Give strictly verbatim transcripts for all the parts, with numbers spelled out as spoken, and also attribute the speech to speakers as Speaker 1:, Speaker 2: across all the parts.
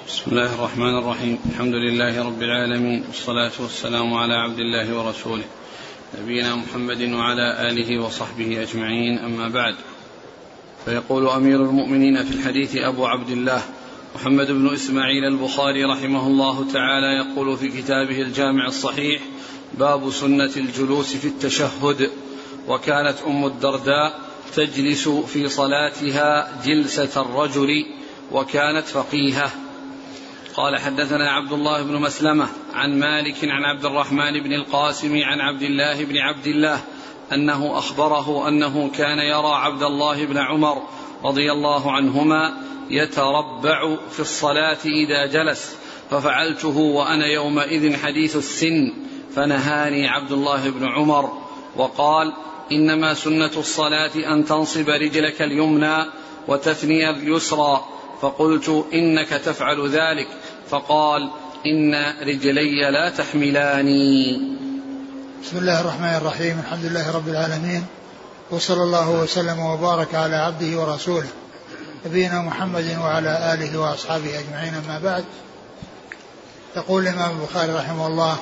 Speaker 1: بسم الله الرحمن الرحيم. الحمد لله رب العالمين، والصلاة والسلام على عبد الله ورسوله نبينا محمد وعلى آله وصحبه أجمعين، أما بعد. فيقول أمير المؤمنين في الحديث أبو عبد الله محمد بن إسماعيل البخاري رحمه الله تعالى، يقول في كتابه الجامع الصحيح: باب سنة الجلوس في التشهد. وكانت أم الدرداء تجلس في صلاتها جلسة الرجل، وكانت فقيهة. قال: حدثنا عبد الله بن مسلمة عن مالك عن عبد الرحمن بن القاسم عن عبد الله بن عبد الله أنه أخبره أنه كان يرى عبد الله بن عمر رضي الله عنهما يتربع في الصلاة إذا جلس، ففعلته وأنا يومئذ حديث السن، فنهاني عبد الله بن عمر وقال: إنما سنة الصلاة أن تنصب رجلك اليمنى وتثني اليسرى. فقلت: إنك تفعل ذلك. فقال: إن رجلي لا تحملاني.
Speaker 2: بسم الله الرحمن الرحيم. الحمد لله رب العالمين، وصلى الله وسلم وبارك على عبده ورسوله نبينا محمد وعلى آله وأصحابه أجمعين، أما بعد. يقول الإمام البخاري رحمه الله: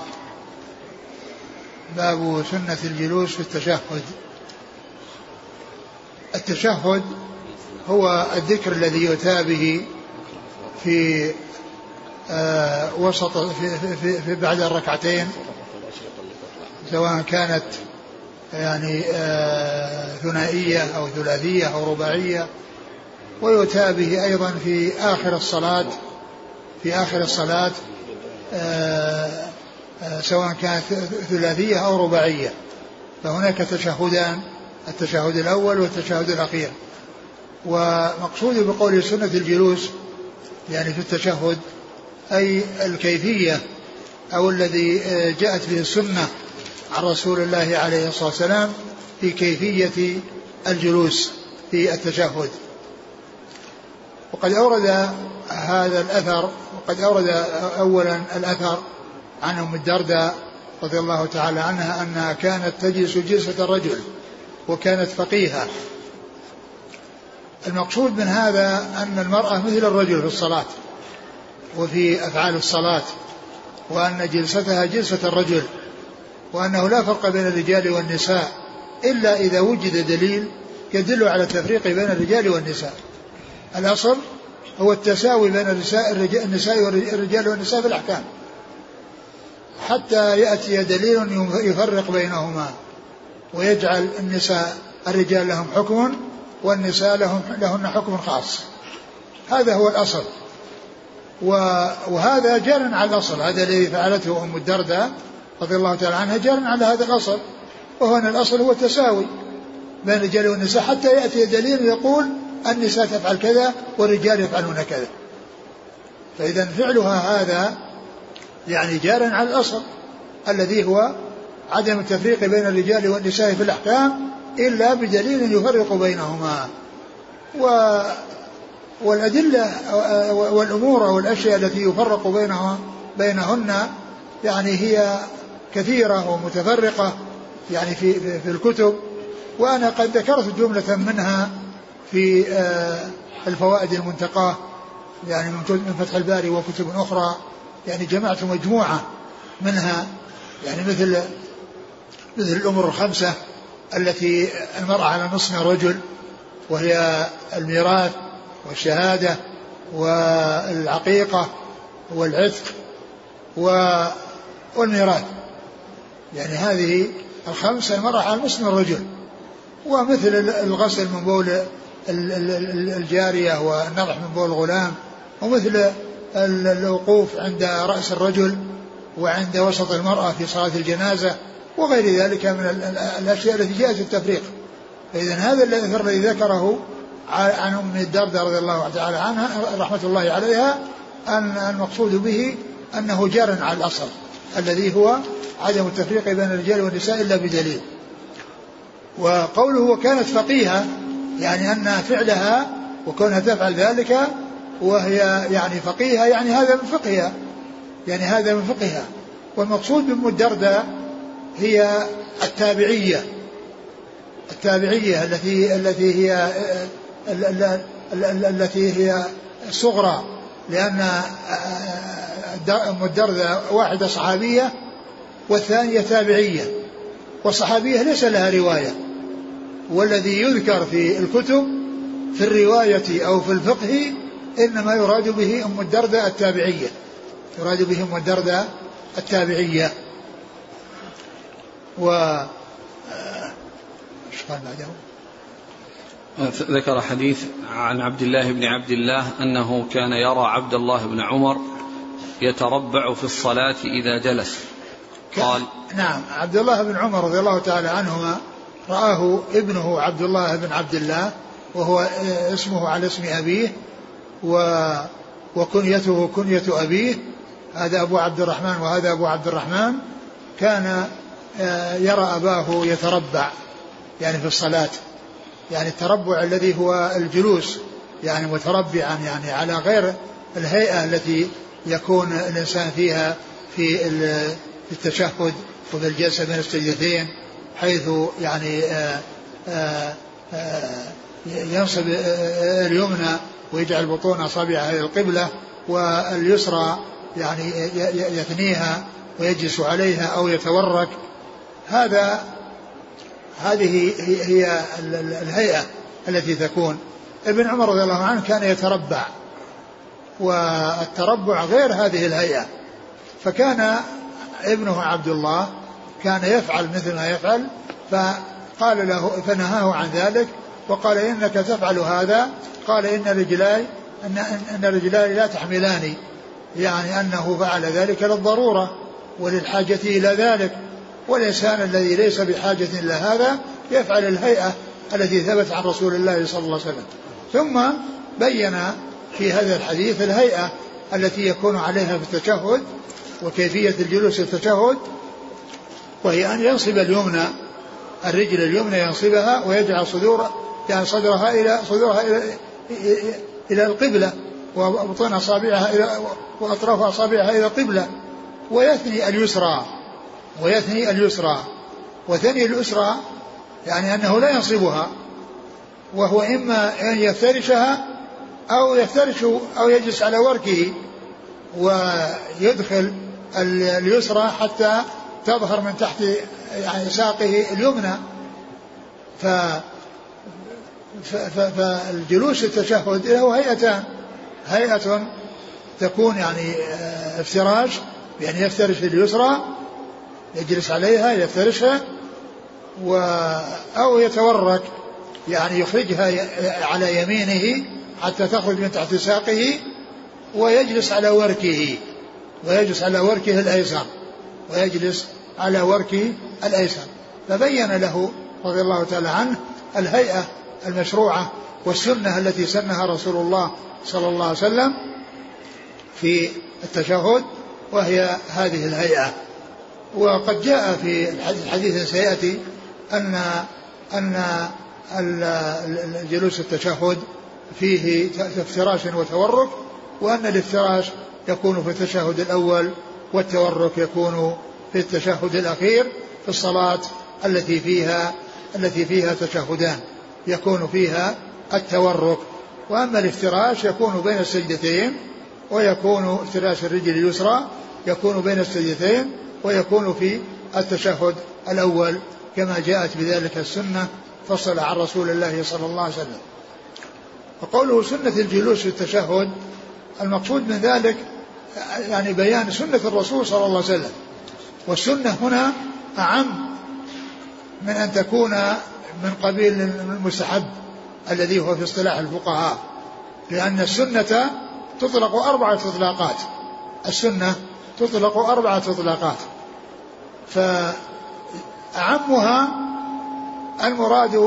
Speaker 2: باب سنة الجلوس في التشهد. التشهد هو الذكر الذي يؤتى به في آه وسط في, في, في بعد الركعتين، سواء كانت يعني آه ثنائية أو ثلاثية أو رباعية، ويؤتى به أيضا في آخر الصلاة في آخر الصلاة آه آه سواء كانت ثلاثية أو رباعية. فهناك تشهدان: التشهد الأول والتشهد الأخير. ومقصود بقول سنة الجلوس يعني في التشهد أي الكيفية أو الذي جاءت به السنة عن رسول الله عليه الصلاة والسلام في كيفية الجلوس في التشهد. وقد أورد هذا الأثر وقد أورد أولا الأثر عن أم الدرداء رضي الله تعالى عنها أنها كانت تجلس جلسة الرجل وكانت فقيهة. المقصود من هذا أن المرأة مثل الرجل في الصلاة وفي أفعال الصلاة، وأن جلستها جلسة الرجل، وأنه لا فرق بين الرجال والنساء إلا إذا وجد دليل يدل على التفريق بين الرجال والنساء. الأصل هو التساوي بين النساء والرجال والنساء في الأحكام، حتى يأتي دليل يفرق بينهما ويجعل النساء الرجال لهم حكم والنساء لهم لهن حكم خاص. هذا هو الأصل، وهذا جار على الأصل. هذا الذي فعلته أم الدرداء رضي الله تعالى عنها جار على هذا الأصل، وهو أن الأصل هو التساوي بين الرجال والنساء، حتى يأتي دليل يقول النساء تفعل كذا والرجال يفعلون كذا. فإذا فعلها هذا يعني جار على الأصل الذي هو عدم التفريق بين الرجال والنساء في الأحكام إلا بدليل يفرق بينهما. و والأدلة والأمور والأشياء التي يفرق بينها بينهن يعني هي كثيرة ومتفرقة يعني في في الكتب، وأنا قد ذكرت جملة منها في الفوائد المنتقاة يعني من فتح الباري وكتب أخرى، يعني جمعت مجموعة منها، يعني مثل مثل الأمور الخمسة التي المرأة على نصف من الرجل، وهي الميراث والشهادة والعقيقة والعتق والميراث. يعني هذه الخمسة المرأة على نصف من الرجل. ومثل الغسل من بول الجارية والنضح من بول الغلام، ومثل الوقوف عند رأس الرجل وعند وسط المرأة في صلاة الجنازة، وغير ذلك من الأشياء التي جاءت التفريق. فإذا هذا الأثر الذي ذكره عن أم الدرداء رضي الله تعالى عنها رحمة الله عليها أن المقصود به أنه جار على الأصل الذي هو عدم التفريق بين الرجال والنساء إلا بدليل. وقوله وكانت فقيهة يعني أن فعلها وكونها تفعل ذلك وهي يعني فقيهة، يعني هذا من فقهها يعني هذا من فقهها. والمقصود بأم الدرداء هي التابعية التابعية التي التي هي التي هي صغرى لأن أم الدرداء واحدة صحابية والثانية تابعية، والصحابية ليس لها رواية، والذي يذكر في الكتب في الرواية أو في الفقه إنما يراد به أم الدرداء التابعية، يراد به أم الدرداء التابعية. و ايش قال بعده؟
Speaker 1: ذكر حديث عن عبد الله بن عبد الله أنه كان يرى عبد الله بن عمر يتربع في الصلاة إذا جلس. قال
Speaker 2: نعم، عبد الله بن عمر رضي الله تعالى عنهما رآه ابنه عبد الله بن عبد الله وهو اسمه على اسم أبيه وكنيته كنية أبيه، هذا أبو عبد الرحمن وهذا أبو عبد الرحمن. كان يرى أباه يتربع يعني في الصلاة، يعني التربع الذي هو الجلوس يعني متربعا يعني على غير الهيئة التي يكون الإنسان فيها في التشهد وفي الجلسة بين السجدتين، حيث يعني آآ آآ ينصب اليمنى ويجعل بطون أصابعها إلى القبلة، واليسرى يعني يثنيها ويجلس عليها أو يتورك. هذا هذه هي الهيئة التي تكون. ابن عمر رضي الله عنه كان يتربع، والتربع غير هذه الهيئة، فكان ابنه عبد الله كان يفعل مثل ما يفعل، فقال له فنهاه عن ذلك وقال إنك تفعل هذا، قال إن رجلاي إن, إن رجلاي لا تحملاني، يعني أنه فعل ذلك للضرورة وللحاجة إلى ذلك، والإنسان الذي ليس بحاجة إلى هذا يفعل الهيئة التي ثبت عن رسول الله صلى الله عليه وسلم. ثم بين في هذا الحديث الهيئة التي يكون عليها في التشهد وكيفية الجلوس في التشهد، وهي أن ينصب اليمنى الرجل اليمنى ينصبها ويجعل صدور يعني صدرها إلى صدورها إلى, إلى القبلة، وبطون أصابعها إلى وأطراف أصابعها إلى القبلة، ويثني اليسرى ويثني اليسرى وثني اليسرى يعني أنه لا ينصبها، وهو إما أن يفترشها أو يفترش أو يجلس على وركه ويدخل اليسرى حتى تظهر من تحت يعني ساقه اليمنى. ف فالجلوس التشهد له هيئتان، هيئة تكون يعني افتراش يعني يفترش اليسرى يجلس عليها يفترشها، و أو يتورك يعني يخرجها على يمينه حتى تخرج من تحت ساقه ويجلس على وركه ويجلس على وركه الأيسر ويجلس على وركه الأيسر. فبين له رضي الله تعالى عنه الهيئة المشروعة والسنة التي سنها رسول الله صلى الله عليه وسلم في التشهد، وهي هذه الهيئة. وقد جاء في الحديث سيأتي أن أن الجلوس التشهد فيه افتراش وتورك، وأن الافتراش يكون في التشهد الأول والتورك يكون في التشهد الأخير في الصلاة التي فيها التي فيها تشهدان يكون فيها التورك. وأما الافتراش يكون بين السجدتين، ويكون افتراش الرجل اليسرى يكون بين السجدتين ويكون في التشهد الأول كما جاءت بذلك السنة فصل عن رسول الله صلى الله عليه وسلم. وقوله سنة الجلوس في التشهد المقصود من ذلك يعني بيان سنة الرسول صلى الله عليه وسلم، والسنة هنا أعم من أن تكون من قبيل المستحب الذي هو في اصطلاح الفقهاء، لأن السنة تطلق أربعة إطلاقات، السنة تطلق أربعة إطلاقات، فأعمها المراد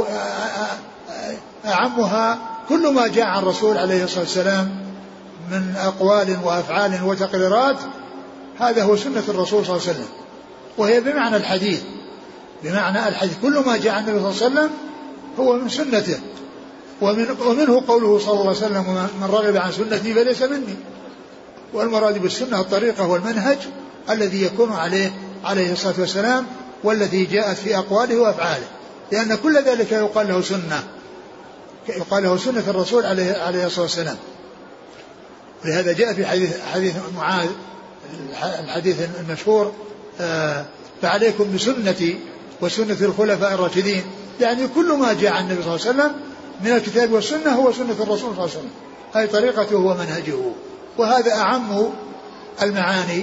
Speaker 2: أعمها كل ما جاء عن الرسول عليه الصلاة والسلام من أقوال وأفعال وتقريرات، هذا هو سنة الرسول صلى الله عليه وسلم، وهي بمعنى الحديث، بمعنى الحديث كل ما جاء عن النبي صلى الله عليه وسلم هو من سنته، ومن ومنه قوله صلى الله عليه وسلم من رغب عن سنتي فليس مني. والمراد بالسنة الطريقة والمنهج الذي يكون عليه عليه الصلاة والسلام والذي جاءت في أقواله وأفعاله، لأن كل ذلك يقال له سنة، يقال له سنة الرسول عليه, عليه الصلاة والسلام. ولهذا جاء في حديث, حديث معاذ الحديث المشهور آه فعليكم بسنتي وسنة الخلفاء الراشدين، يعني كل ما جاء عن النبي صلى الله عليه وسلم من الكتاب والسنة هو سنة الرسول صلى الله عليه وسلم، هذه طريقته ومنهجه، وهذا أعم المعاني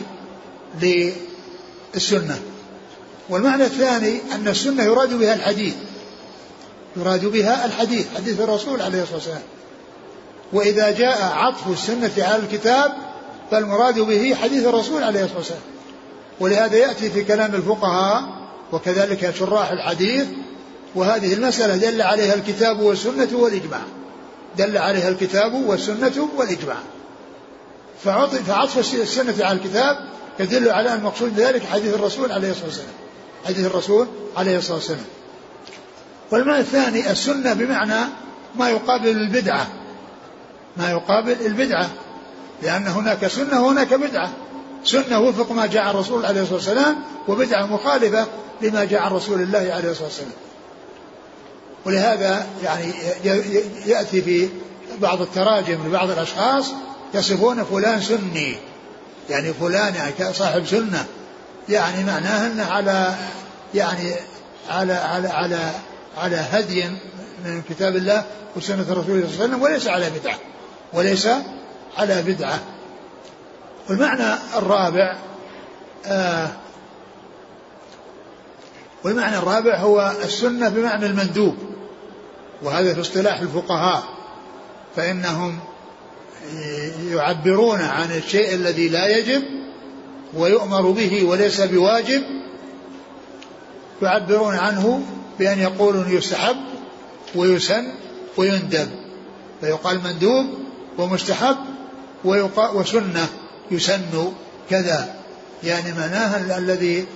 Speaker 2: للسنة. والمعنى الثاني أن السنة يراد بها الحديث، يراد بها الحديث حديث الرسول عليه الصلاة والسلام. وإذا جاء عطف السنة على الكتاب فالمراد به حديث الرسول عليه الصلاة والسلام. ولهذا يأتي في كلام الفقهاء وكذلك شراح الحديث، وهذه المسألة دل عليها الكتاب والسنة والإجماع، دل عليها الكتاب والسنة والإجماع، فعطف السنة على الكتاب يدل على المقصود بذلك حديث الرسول عليه الصلاة والسلام، حديث الرسول عليه الصلاة والسلام. والمعنى الثاني السنة بمعنى ما يقابل البدعة، ما يقابل البدعة، لأن هناك سنة وهناك بدعة، سنة وفق ما جاء عن الرسول عليه الصلاة والسلام، وبدعة مخالفة لما جاء عن رسول الله عليه الصلاة والسلام. ولهذا يعني يأتي في بعض التراجم لبعض الأشخاص يصفون فلان سني، يعني فلان يعني صاحب سنة، يعني معناه أنه على يعني على على على على هدي من كتاب الله وسنة الرسول صلى الله عليه وسلم، وليس على بدعة، وليس على بدعة. والمعنى الرابع آه والمعنى الرابع هو السنة بمعنى المندوب، وهذا في اصطلاح الفقهاء، فإنهم يعبرون عن الشيء الذي لا يجب ويؤمر به وليس بواجب، يعبرون عنه بأن يقولون يستحب ويسن ويندب، فيقال مندوب ومستحب وسنة يسن كذا، يعني معناها الذي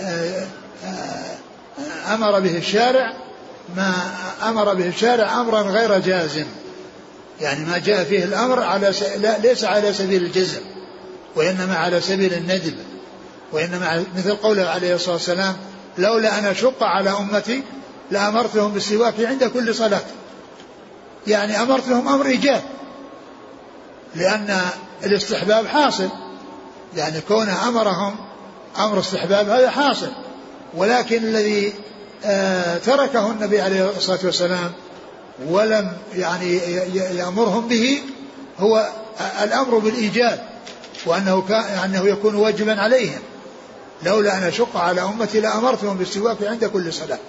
Speaker 2: أمر به الشارع، ما أمر به الشارع أمرا غير جازم، يعني ما جاء فيه الأمر على س... لا ليس على سبيل الجزم، وإنما على سبيل الندب، وإنما مثل قوله عليه الصلاة والسلام لولا أن أشق على أمتي لأمرتهم بالسواك عند كل صلاة، يعني أمرتهم أمر إيجاب، لأن الاستحباب حاصل، يعني كون أمرهم أمر استحباب هذا حاصل، ولكن الذي آه تركه النبي عليه الصلاة والسلام ولم يعني يأمرهم به هو الأمر بالإيجاب، وأنه أنه يكون واجبا عليهم، لولا أن أشق على أمتي لأمرتهم بالسواك عند كل صلاة.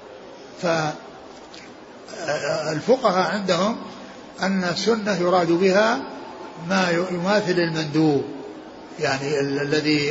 Speaker 2: فالفقهاء عندهم أن السنة يراد بها ما يماثل المندوب، يعني الذي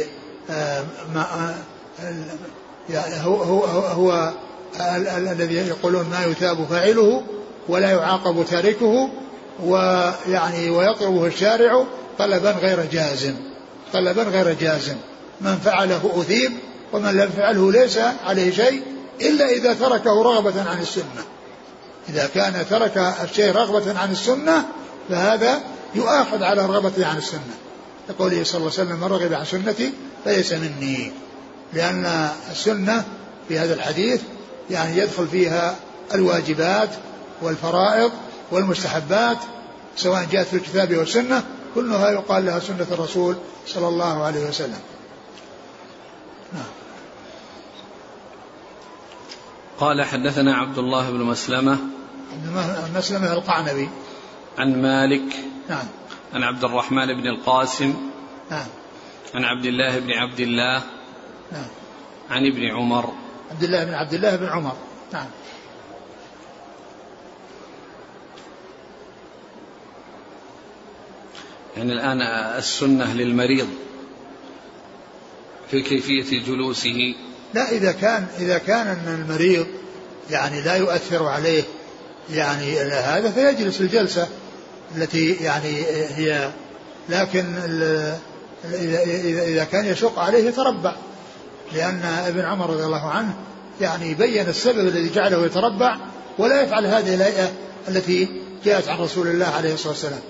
Speaker 2: هو هو هو الذي يقولون ما يثاب فاعله ولا يعاقب تاركه، ويعني ويطلبه الشارع طلبا غير جازم، طلبا غير جازم، من فعله أثيب ومن لم يفعله ليس عليه شيء إلا إذا تركه رغبة عن السنة. إذا كان ترك الشيء رغبة عن السنة فهذا يؤاخذ على الرغبة عن السنة، يقول صلى الله عليه وسلم من رغب عن سنتي فليس مني، لأن السنة في هذا الحديث يعني يدخل فيها الواجبات والفرائض والمستحبات سواء جاءت في الكتاب والسنة، كلها يقال لها سنة الرسول صلى الله عليه وسلم.
Speaker 1: قال حدثنا عبد الله بن مسلمة
Speaker 2: مسلمة القعنبي
Speaker 1: عن مالك
Speaker 2: نعم
Speaker 1: عن عبد الرحمن بن القاسم
Speaker 2: نعم
Speaker 1: عن عبد الله بن عبد الله
Speaker 2: نعم
Speaker 1: عن ابن عمر
Speaker 2: عبد الله بن عبد الله بن عمر نعم.
Speaker 1: يعني الآن السنة للمريض في كيفية جلوسه،
Speaker 2: لا إذا كان إذا كان أن المريض يعني لا يؤثر عليه يعني هذا فيجلس الجلسة التي يعني هي، لكن إذا كان يشق عليه يتربع، لأن ابن عمر رضي الله عنه يعني بين السبب الذي جعله يتربع ولا يفعل هذه الهيئة التي جاءت عن رسول الله عليه الصلاة والسلام.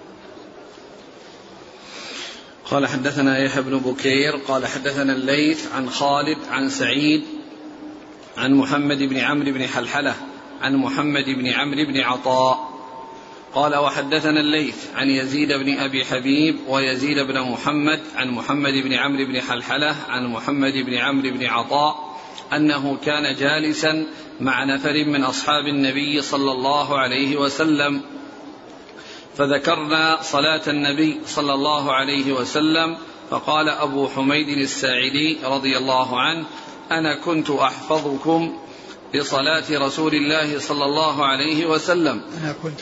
Speaker 1: قال حدثنا يحيى بن بكير قال حدثنا الليث عن خالد عن سعيد عن محمد بن عمرو بن حلحلة عن محمد بن عمرو بن عطاء قال وحدثنا الليث عن يزيد بن أبي حبيب ويزيد بن محمد عن محمد بن عمرو بن حلحلة عن محمد بن عمرو بن عطاء أنه كان جالسا مع نفر من أصحاب النبي صلى الله عليه وسلم فذكرنا صلاة النبي صلى الله عليه وسلم فقال أبو حميد الساعدي رضي الله عنه أنا كنت أحفظكم لصلاة رسول الله صلى الله عليه وسلم
Speaker 2: أنا كنت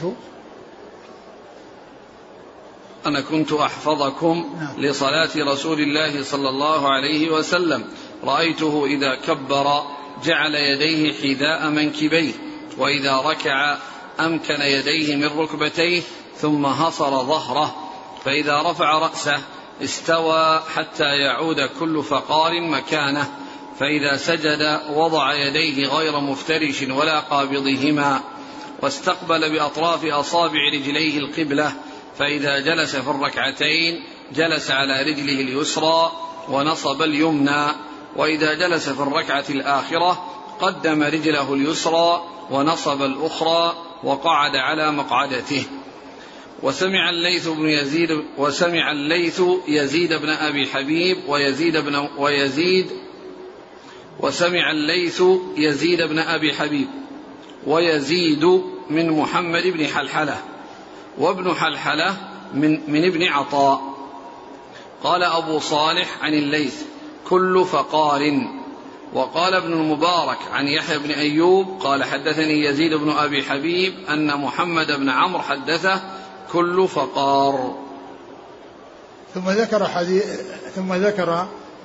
Speaker 1: أنا كنت أحفظكم لصلاة رسول الله صلى الله عليه وسلم رأيته إذا كبر جعل يديه حذاء منكبيه وإذا ركع أمكن يديه من ركبتيه ثم هصر ظهره فإذا رفع رأسه استوى حتى يعود كل فقار مكانه فإذا سجد وضع يديه غير مفترش ولا قابضهما واستقبل بأطراف أصابع رجليه القبلة فإذا جلس في الركعتين جلس على رجله اليسرى ونصب اليمنى وإذا جلس في الركعة الآخرة قدم رجله اليسرى ونصب الأخرى وقعد على مقعدته. وسمع الليث بن يزيد وسمع الليث يزيد بن أبي حبيب ويزيد بن ويزيد وسمع الليث يزيد بن أبي حبيب ويزيد من محمد بن حلحلة وابن حلحلة من, من ابن عطاء. قال أبو صالح عن الليث كل فقار. وقال ابن المبارك عن يحيى بن أيوب قال حدثني يزيد بن أبي حبيب أن محمد بن عمرو حدثه كل فقار.
Speaker 2: ثم ذكر حديث ثم ذكر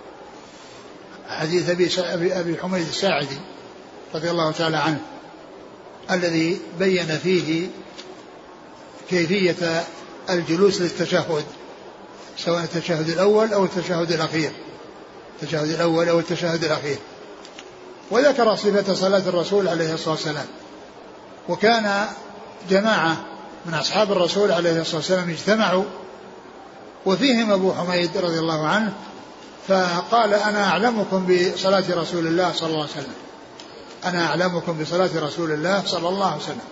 Speaker 2: حديث أبي أبي حميد الساعدي رضي الله تعالى عنه الذي بين فيه كيفية الجلوس للتشهد سواء التشهد الأول أو التشهد الأخير التشهد الأول أو التشهد الأخير وذكر صفة صلاة الرسول عليه الصلاة والسلام. وكان جماعة من أصحاب الرسول عليه الصلاة والسلام اجتمعوا وفيهم أبو حميد رضي الله عنه فقال أنا أعلمكم بصلاة رسول الله صلى الله عليه وسلم أنا أعلمكم بصلاة رسول الله صلى الله عليه وسلم.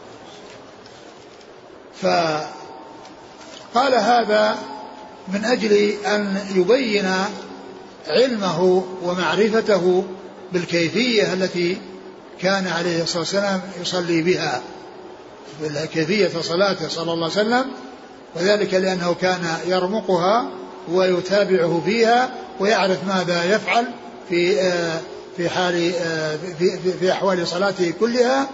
Speaker 2: فقال هذا من أجل أن يبين علمه ومعرفته بالكيفية التي كان عليه الصلاة والسلام يصلي بها كيفية صلاته صلى الله عليه وسلم وذلك لأنه كان يرمقها ويتابعه فيها ويعرف ماذا يفعل في في حال في في أحوال صلاته كلها.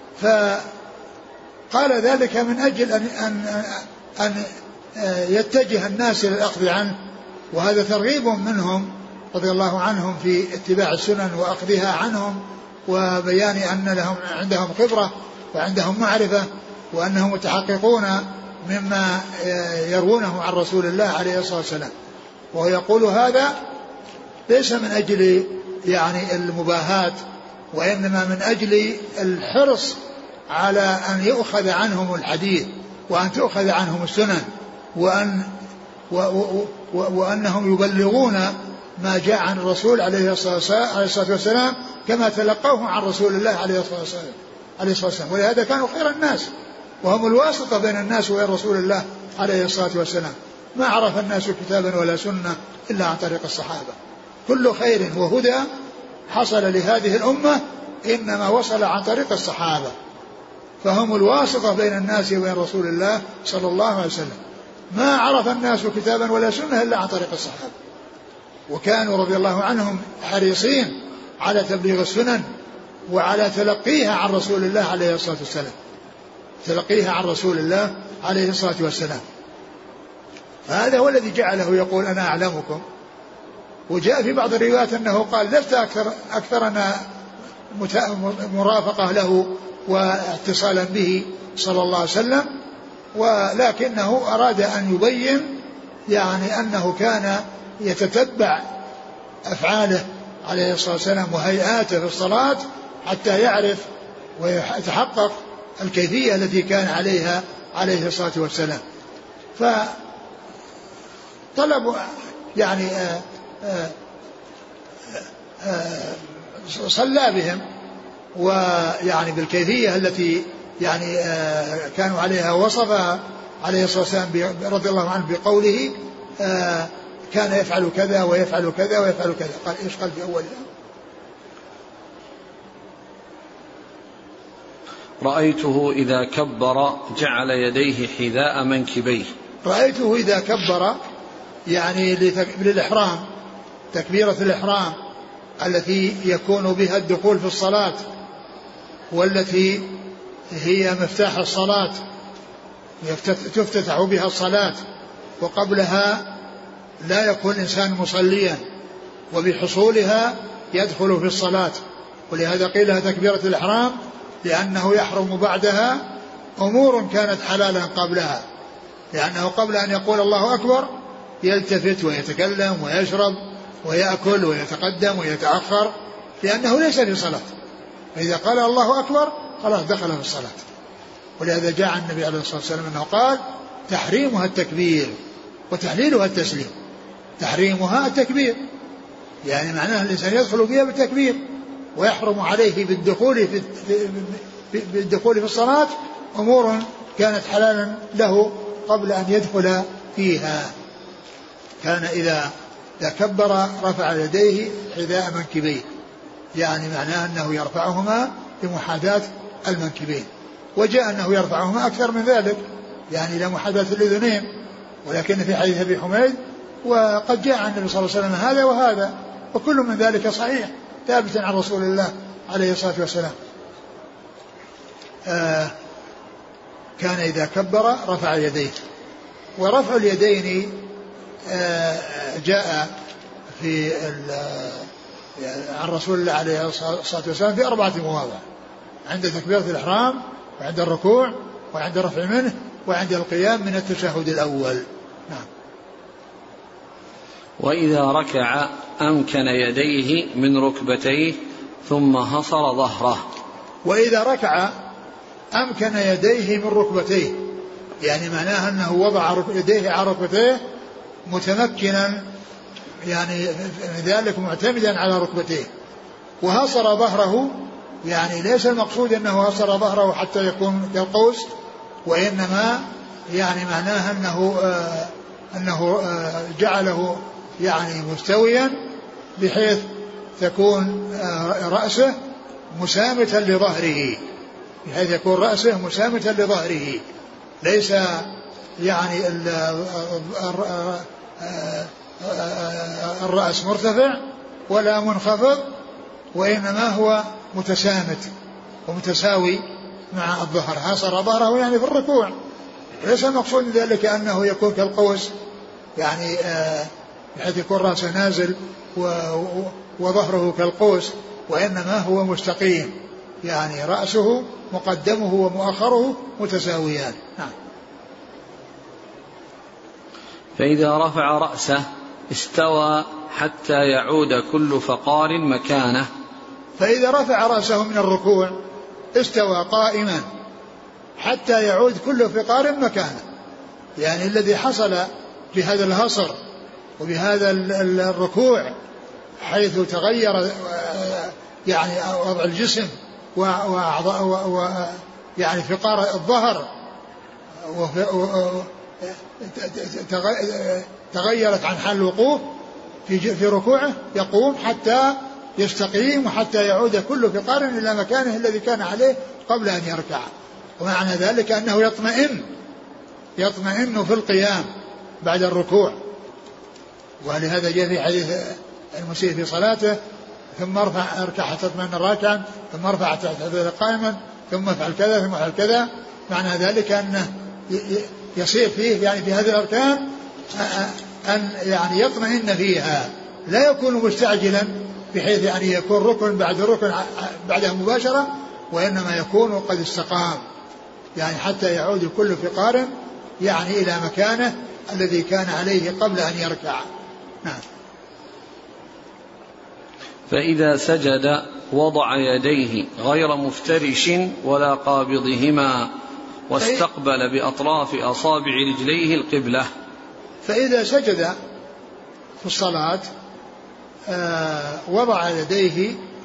Speaker 2: فقال ذلك من أجل أن أن أن يتجه الناس إلى الأخذ عنه وهذا ترغيب منهم رضي الله عنهم في اتباع السنن وأخذها عنهم وبيان أن لهم عندهم خبرة وعندهم معرفة وأنهم متحققون مما يروونه عن رسول الله عليه الصلاة والسلام. ويقول هذا ليس من أجل يعني المباهات وإنما من أجل الحرص على أن يؤخذ عنهم الحديث وأن تؤخذ عنهم السنن وأن و و و وأنهم يبلغون ما جاء عن الرسول عليه الصلاة والسلام كما تلقوه عن رسول الله عليه الصلاة والسلام. ولهذا كانوا خير الناس وهم الواسطة بين الناس وبين رسول الله عليه الصلاة والسلام. ما عرف الناس كتابا ولا سنة إلا عن طريق الصحابة. كل خير وهدى حصل لهذه الأمة إنما وصل عن طريق الصحابة فهم الواسطة بين الناس وبين رسول الله صلى الله عليه وسلم. ما عرف الناس كتابا ولا سنة إلا عن طريق الصحابة وكانوا رضي الله عنهم حريصين على تبليغ السنن وعلى تلقيها عن رسول الله عليه الصلاة والسلام تلقيها عن رسول الله عليه الصلاة والسلام. فهذا هو الذي جعله يقول أنا أعلمكم. وجاء في بعض الروايات أنه قال لست أكثر أكثرنا مرافقة له واتصالا به صلى الله عليه وسلم ولكنه أراد أن يبين يعني أنه كان يتتبع أفعاله عليه الصلاة والسلام وهيئاته في الصلاة حتى يعرف ويتحقق الكيفية التي كان عليها عليه الصلاة والسلام. فطلب يعني آآ آآ آآ صلى بهم ويعني بالكيفية التي يعني كانوا عليها وصف عليه الصلاة والسلام رضي الله عنه بقوله كان يفعل كذا ويفعل كذا ويفعل كذا. قال إيش قال في أولها؟
Speaker 1: رأيته إذا كبر جعل يديه حذاء منكبيه.
Speaker 2: رأيته إذا كبر يعني للإحرام، تكبيرة الإحرام التي يكون بها الدخول في الصلاة والتي هي مفتاح الصلاة تفتتح بها الصلاة، وقبلها لا يكون الإنسان مصليا، وبحصولها يدخل في الصلاة. ولهذا قيل لها تكبيرة الإحرام لأنه يحرم بعدها أمور كانت حلالا قبلها، لأنه قبل أن يقول الله أكبر يلتفت ويتكلم ويشرب ويأكل ويتقدم ويتأخر لأنه ليس في صلاة، فإذا قال الله أكبر خلاص دخل في الصلاة. ولهذا جاء عن النبي عليه الصلاة والسلام أنه قال تحريمها التكبير وتحليلها التسليم. تحريمها التكبير يعني معناه الإنسان يدخل بها بالتكبير، ويحرم عليه بالدخول في, في, بالدخول في الصلاة أمور كانت حلالا له قبل أن يدخل فيها. كان إذا كبر رفع يديه حذاء منكبيه، يعني معناه أنه يرفعهما بمحاذاة المنكبين. وجاء أنه يرفعهما أكثر من ذلك يعني إلى محاذاة الأذنين، ولكن في حديث أبي حميد وقد جاء عن النبي صلى الله عليه وسلم هذا وهذا، وكل من ذلك صحيح ثابت عن رسول الله عليه الصلاة والسلام. آه كان إذا كبر رفع يديه. ورفع اليدين آه جاء في عن رسول الله عليه الصلاة والسلام في أربعة مواضع: عند تكبيرة الإحرام، وعند الركوع، وعند الرفع منه، وعند القيام من التشهد الأول. نعم.
Speaker 1: وإذا ركع أمكن يديه من ركبتيه ثم هصر ظهره.
Speaker 2: وإذا ركع أمكن يديه من ركبتيه، يعني معناها أنه وضع يديه على ركبتيه متمكنا يعني ذلك معتمدا على ركبتيه. وهصر ظهره يعني ليس المقصود أنه هصر ظهره حتى يكون كالقوس، وإنما يعني معناها أنه آه أنه آه جعله يعني مستويا بحيث تكون آه رأسه مسامتا لظهره، بحيث يكون رأسه مسامتا لظهره، ليس يعني الرأس مرتفع ولا منخفض، وإنما هو متسامت ومتساوي مع الظهر. هصر ظهره يعني في الركوع، ليس المقصود ذلك أنه يكون كالقوس يعني بحيث يكون رأسه نازل وظهره كالقوس، وإنما هو مستقيم، يعني رأسه مقدمه ومؤخره متساويان. نعم.
Speaker 1: فإذا رفع رأسه استوى حتى يعود كل فقار مكانه.
Speaker 2: فإذا رفع رأسه من الركوع استوى قائما حتى يعود كل فقار مكانه، يعني الذي حصل بهذا الهصر وبهذا الركوع حيث تغير يعني وضع الجسم و يعني فقار الظهر تغيرت عن حال الوقوف في في ركوعه، يقوم حتى يستقيم وحتى يعود كل فقار إلى مكانه الذي كان عليه قبل أن يركع. ومعنى ذلك أنه يطمئن يطمئن في القيام بعد الركوع. ولهذا جاء في حديث المسيء في صلاته: ثم ارفع اركع حتى تطمئن راكعا، ثم ارفع حتى تعتدل قائما، ثم افعل كذا ثم افعل كذا. معنى ذلك أنه يصير فيه يعني في هذه الأركان أن يعني يطمئن فيها، لا يكون مستعجلا بحيث يعني يكون ركن بعد ركن بعدها مباشرة، وإنما يكون قد استقام يعني حتى يعود كل فقار يعني إلى مكانه الذي كان عليه قبل أن يركع. نعم.
Speaker 1: فإذا سجد وضع يديه غير مفترش ولا قابضهما، واستقبل بأطراف أصابع رجليه القبلة.
Speaker 2: فإذا سجد في الصلاة آه وضع يديه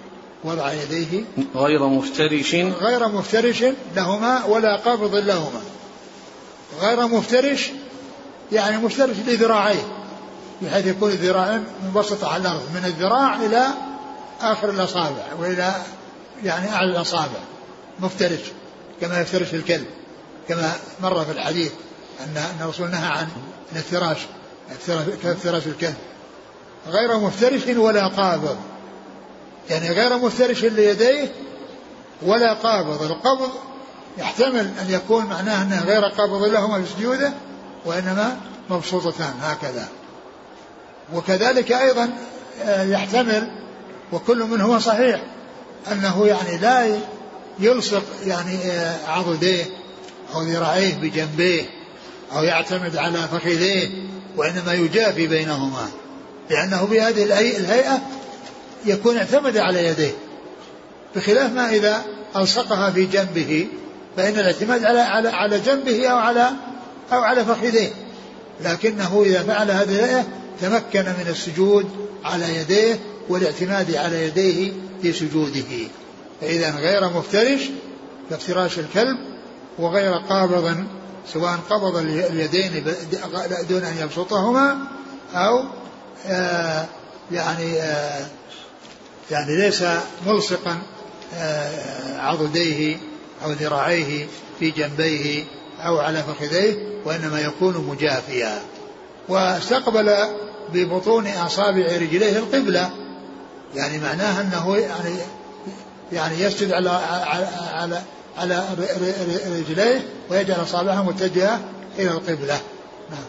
Speaker 2: وضع يديه
Speaker 1: غير مفترش
Speaker 2: غير مفترش لهما ولا قابض لهما. غير مفترش يعني مفترش لذراعيه بحيث يكون الذراعين منبسطة على الأرض من الذراع إلى آخر الأصابع وإلى يعني أعلى الأصابع مفترش كما يفترش الكلب كما مر في الحديث أن الرسول نهى عن الافتراش كافتراش الكلب. غير مفترش ولا قابض يعني غير مفترش ليديه ولا قابض. القبض يحتمل أن يكون معناه أنه غير قابض لهما في سجوده وإنما مبسوطتان هكذا. وكذلك أيضا يحتمل وكل منهما صحيح أنه يعني لا يلصق يعني عضديه أو ذراعيه بجنبيه أو يعتمد على فخذيه وإنما يجافي بينهما لأنه بهذه الهيئة يكون اعتمد على يديه بخلاف ما إذا ألصقها في جنبه فإن الاعتماد على على على جنبه أو على أو على فخذيه. لكنه إذا فعل هذه الهيئة تمكن من السجود على يديه والاعتماد على يديه في سجوده. فإذا غير مفترش كافتراش الكلب وغير قابض سواء قبض اليدين دون أن يبسطهما أو آه يعني آه يعني ليس ملصقا آه عضديه أو ذراعيه في جنبيه أو على فخذيه وإنما يكون مجافيا. واستقبل ببطون أصابع رجليه القبلة يعني معناه أنه يعني يعني يسجد على على على رجليه ويجعل أصابعه متجهة إلى القبلة. نعم.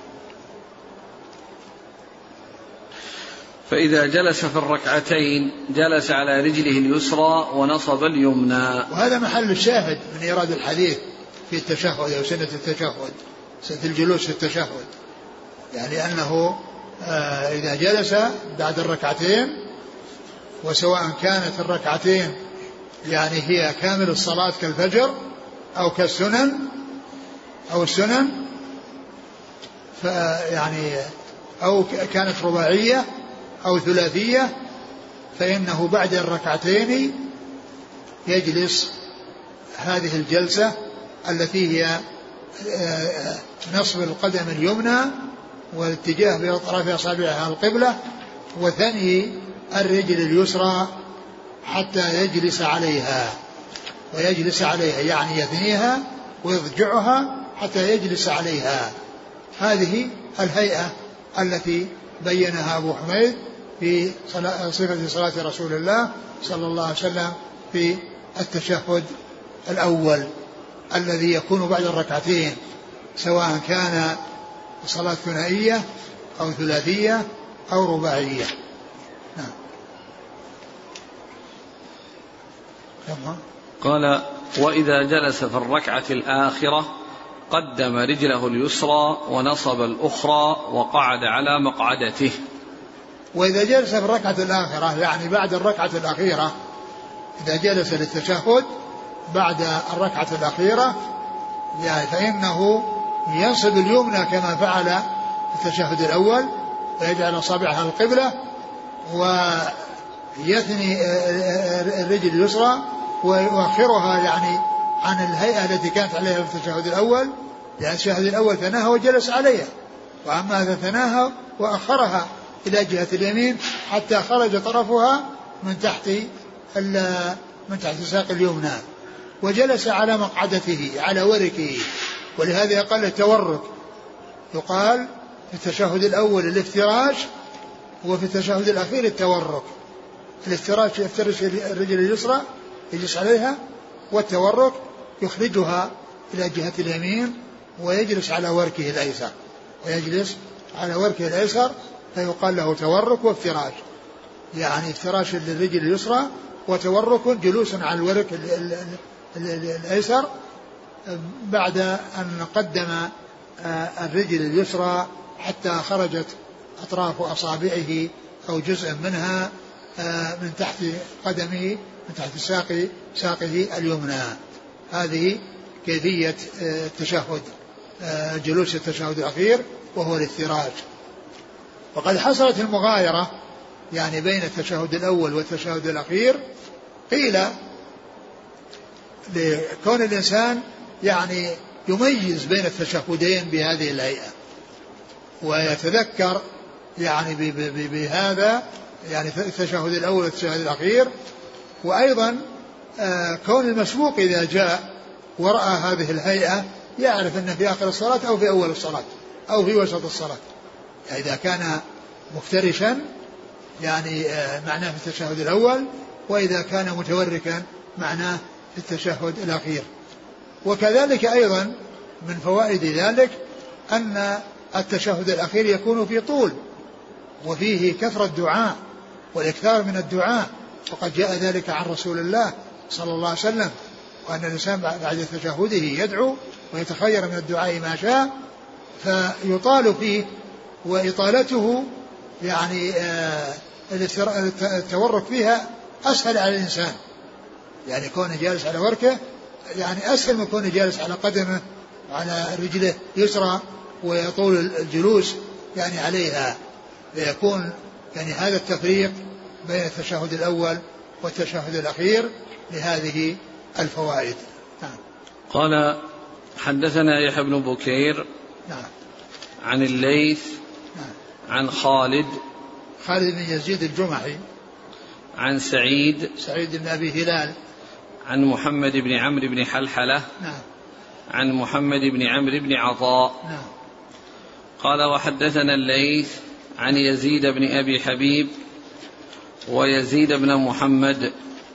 Speaker 1: فإذا جلس في الركعتين جلس على رجله اليسرى ونصب اليمنى.
Speaker 2: وهذا محل الشاهد من إيراد الحديث في التشهد أو سنة التشهد سنة الجلوس في التشهد يعني أنه آه إذا جلس بعد الركعتين وسواء كانت الركعتين يعني هي كامل الصلاة كالفجر أو كالسنن أو السنن فيعني أو كانت رباعية أو ثلاثية فإنه بعد الركعتين يجلس هذه الجلسة التي هي نصب القدم اليمنى والاتجاه بأطراف أصابعها القبلة وثني الرجل اليسرى حتى يجلس عليها ويجلس عليها يعني يثنيها ويضجعها حتى يجلس عليها. هذه الهيئة التي بينها أبو حميد في صفة صلاة رسول الله صلى الله عليه وسلم في التشهد الأول الذي يكون بعد الركعتين سواء كان صلاة ثنائية أو ثلاثية أو رباعية. نعم.
Speaker 1: قال وإذا جلس في الركعة الآخرة قدم رجله اليسرى ونصب الأخرى وقعد على مقعدته.
Speaker 2: وإذا جلس في الركعة الآخرة يعني بعد الركعة الأخيرة إذا جلس للتشهد بعد الركعة الأخيرة يعني فإنه ينصب اليمنى كما فعل في التشهد الأول ويجعل أصابعها القبلة ويثني الرجل اليسرى ويؤخرها يعني عن الهيئة التي كانت عليها في التشهد الأول لأن التشهد الأول ثناها وجلس عليها وأما هذا ثناها وأخرها إلى جهة اليمين حتى خرج طرفها من تحت من تحت ساق اليمنى وجلس على مقعدته على وركه. ولهذا يقال التورك يقال في التشهد الأول الافتراش وفي التشهد الأخير التورك. الافتراش يفترش الرجل اليسرى يجلس عليها والتورك يخرجها إلى جهة اليمين ويجلس على وركه الأيسر ويجلس على وركه الأيسر فيقال له تورك وافتراش يعني افتراش للرجل اليسرى وتورك جلوس على الورك الأيسر بعد أن قدم الرجل اليسرى حتى خرجت أطراف أصابعه أو جزء منها من تحت قدمه من تحت ساق ساقه اليمنى. هذه كيفية التشهد جلوس التشهد الأخير وهو الافتراش. وقد حصلت المغايرة يعني بين التشهد الأول والتشهد الأخير قيل لكون الإنسان يعني يميز بين التشهدين بهذه الهيئة ويتذكر يعني بهذا يعني التشهد الأول والتشهد الأخير. وأيضا كون المسبوق إذا جاء ورأى هذه الهيئة يعرف أنه في آخر الصلاة أو في أول الصلاة أو في وسط الصلاة. يعني إذا كان مفترشا يعني معناه في التشهد الأول، وإذا كان متوركا معناه في التشهد الأخير. وكذلك أيضا من فوائد ذلك أن التشهد الأخير يكون في طول وفيه كثرة الدعاء والإكثار من الدعاء، وقد جاء ذلك عن رسول الله صلى الله عليه وسلم، وأن الإنسان بعد تشهده يدعو ويتخير من الدعاء ما شاء فيطال فيه، وإطالته يعني آه التورك فيها أسهل على الإنسان، يعني كونه جالس على وركه يعني أسهل من كونه جالس على قدمه على رجله يسرى ويطول الجلوس يعني عليها، فيكون يعني هذا التفريق بين التشهد الأول والتشهد الأخير لهذه الفوائد. نعم.
Speaker 1: قال حدثنا يحيى بن بكير
Speaker 2: نعم.
Speaker 1: عن الليث
Speaker 2: نعم.
Speaker 1: عن خالد
Speaker 2: خالد بن يزيد الجمحي
Speaker 1: عن سعيد
Speaker 2: سعيد بن أبي هلال
Speaker 1: عن محمد بن عمرو بن حلحلة
Speaker 2: نعم.
Speaker 1: عن محمد بن عمرو بن عطاء
Speaker 2: نعم.
Speaker 1: قال وحدثنا الليث عن يزيد بن أبي حبيب ويزيد بن محمد.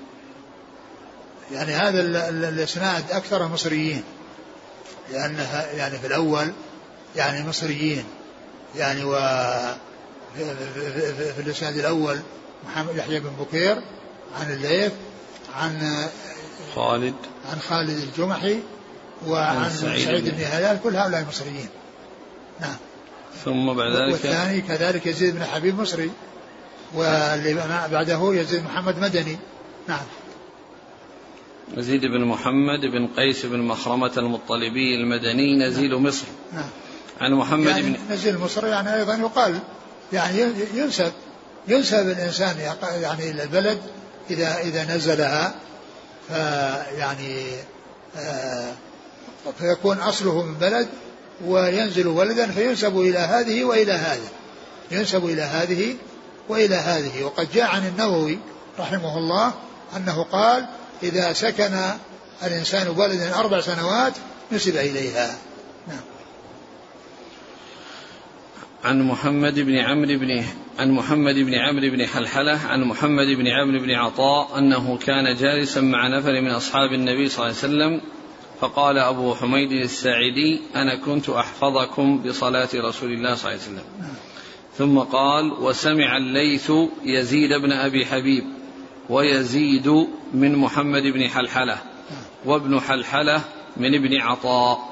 Speaker 2: يعني هذا الإسناد أكثر مصريين، لأنها يعني في الأول يعني مصريين يعني، و في الإسناد الأول محمد يحيى بن بكير عن الليث عن
Speaker 1: خالد
Speaker 2: عن خالد الجمحي وعن سعيد بن هلال، كل هؤلاء مصريين. نعم.
Speaker 1: ثم بعد ذلك
Speaker 2: والثاني كذلك يزيد بن حبيب مصري، واللي بعده يزيد محمد مدني. نعم.
Speaker 1: يزيد بن محمد بن قيس بن مخرمة المطلبي المدني نزيل
Speaker 2: نعم.
Speaker 1: مصر.
Speaker 2: نعم.
Speaker 1: عن محمد
Speaker 2: يعني
Speaker 1: بن
Speaker 2: نزيل مصر يعني أيضا يقال يعني ينسب ينسب الإنسان يعني إلى البلد إذا إذا نزلها، فيعني آه فيكون أصله من بلد وينزل ولدا فينسب إلى هذه وإلى هذا، ينسب إلى هذه وإلى هذه. وقد جاء عن النووي رحمه الله أنه قال إذا سكن الإنسان بلدا أربع سنوات نسب إليها. نعم.
Speaker 1: عن محمد بن عمرو بن عن محمد بن عمرو بن حلحلة عن محمد بن عمرو بن عطاء أنه كان جالسا مع نفر من أصحاب النبي صلى الله عليه وسلم فقال أبو حميد الساعدي أنا كنت أحفظكم بصلاة رسول الله صلى الله عليه وسلم. ثم قال وسمع الليث يزيد بن أبي حبيب ويزيد من محمد بن حلحلة وابن حلحلة من ابن عطاء.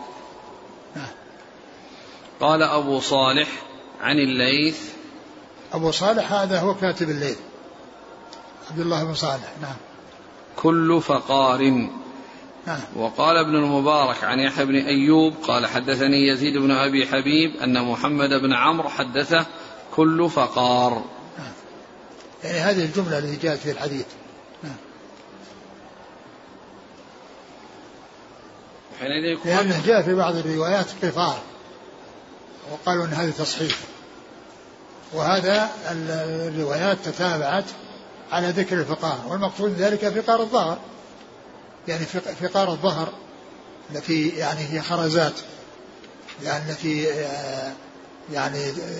Speaker 1: قال أبو صالح عن الليث
Speaker 2: أبو صالح هذا هو كاتب الليث عبد الله بن صالح. نعم.
Speaker 1: كل فقار.
Speaker 2: نعم.
Speaker 1: وقال ابن المبارك عن يحيى بن أيوب قال حدثني يزيد بن أبي حبيب أن محمد بن عمرو حدثه كل فقار.
Speaker 2: نعم. يعني هذه الجملة التي جاءت في الحديث. نعم. لأنه جاء في بعض الروايات قفار وقالوا أن هذا تصحيح، وهذا الروايات تتابعت على ذكر الفقار، والمقصود ذلك فقار الظهر، يعني فقار الظهر التي يعني هي خرزات يعني التي يعني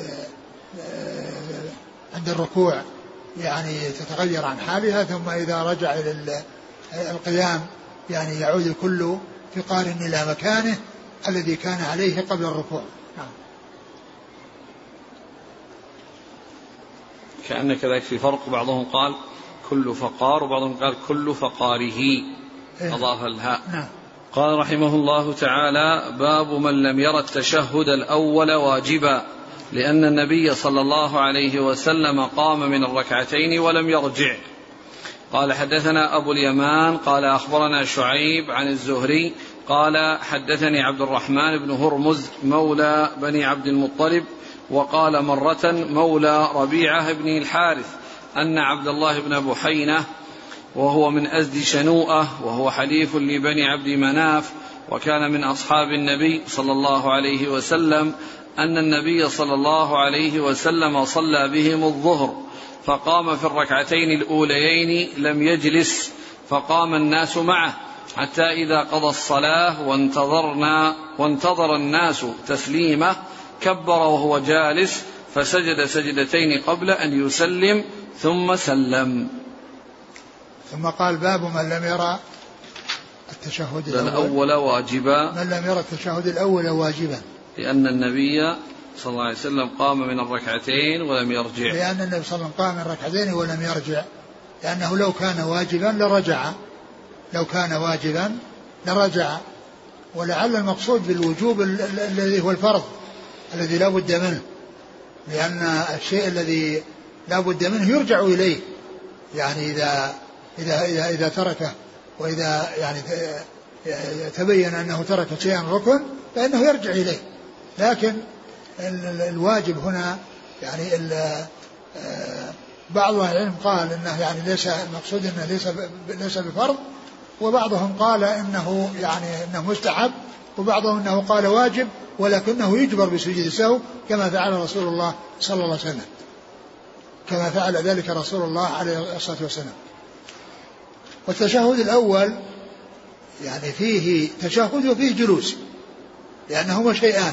Speaker 2: عند الركوع يعني تتغير عن حالها، ثم إذا رجع إلى القيام يعني يعود كل فقار إلى مكانه الذي كان عليه قبل الركوع. نعم.
Speaker 1: كأن كذلك في فرق، بعضهم قال كل فقار وبعضهم قال كل فقاره أضاف الهاء.
Speaker 2: نعم.
Speaker 1: قال رحمه الله تعالى باب من لم ير التشهد الأول واجبا لأن النبي صلى الله عليه وسلم قام من الركعتين ولم يرجع. قال حدثنا أبو اليمان قال أخبرنا شعيب عن الزهري قال حدثني عبد الرحمن بن هرمز مولى بني عبد المطلب وقال مرة مولى ربيعة بن الحارث أن عبد الله بن بحينة وهو من أزد شنوءة، وهو حليف لبني عبد مناف، وكان من أصحاب النبي صلى الله عليه وسلم، أن النبي صلى الله عليه وسلم صلى بهم الظهر فقام في الركعتين الأوليين لم يجلس، فقام الناس معه حتى إذا قضى الصلاة وانتظرنا وانتظر الناس تسليمه كبر وهو جالس فسجد سجدتين قبل أن يسلم ثم سلم.
Speaker 2: ثم قال باب من لم يرى التشهد
Speaker 1: الأول واجبا،
Speaker 2: من لم يرى التشهد الأول واجبا،
Speaker 1: لأن النبي صلى الله عليه وسلم قام من الركعتين ولم يرجع،
Speaker 2: لأن النبي صلى الله عليه وسلم قام من الركعتين ولم يرجع، لأنه لو كان واجبا لرجع، لو كان واجبا لرجع. ولعل المقصود بالوجوب الذي هو الفرض الذي لا بد منه، لأن الشيء الذي لا بد منه يرجع إليه، يعني إذا إذا إذا, إذا تركه، وإذا يعني تبين أنه ترك شيئا ركن فإنه يرجع إليه. لكن الواجب هنا يعني بعض أهل العلم قال إنه يعني ليس المقصود إنه ليس ليس بفرض، وبعضهم قال إنه يعني إنه مستحب، وبعضهم إنه قال واجب ولكنه يجبر بسجود السهو كما فعل رسول الله صلى الله عليه وسلم، كما فعل ذلك رسول الله عليه الصلاة والسلام. والتشهد الأول يعني فيه تشهد وفيه جلوس، لأنهما شيئان،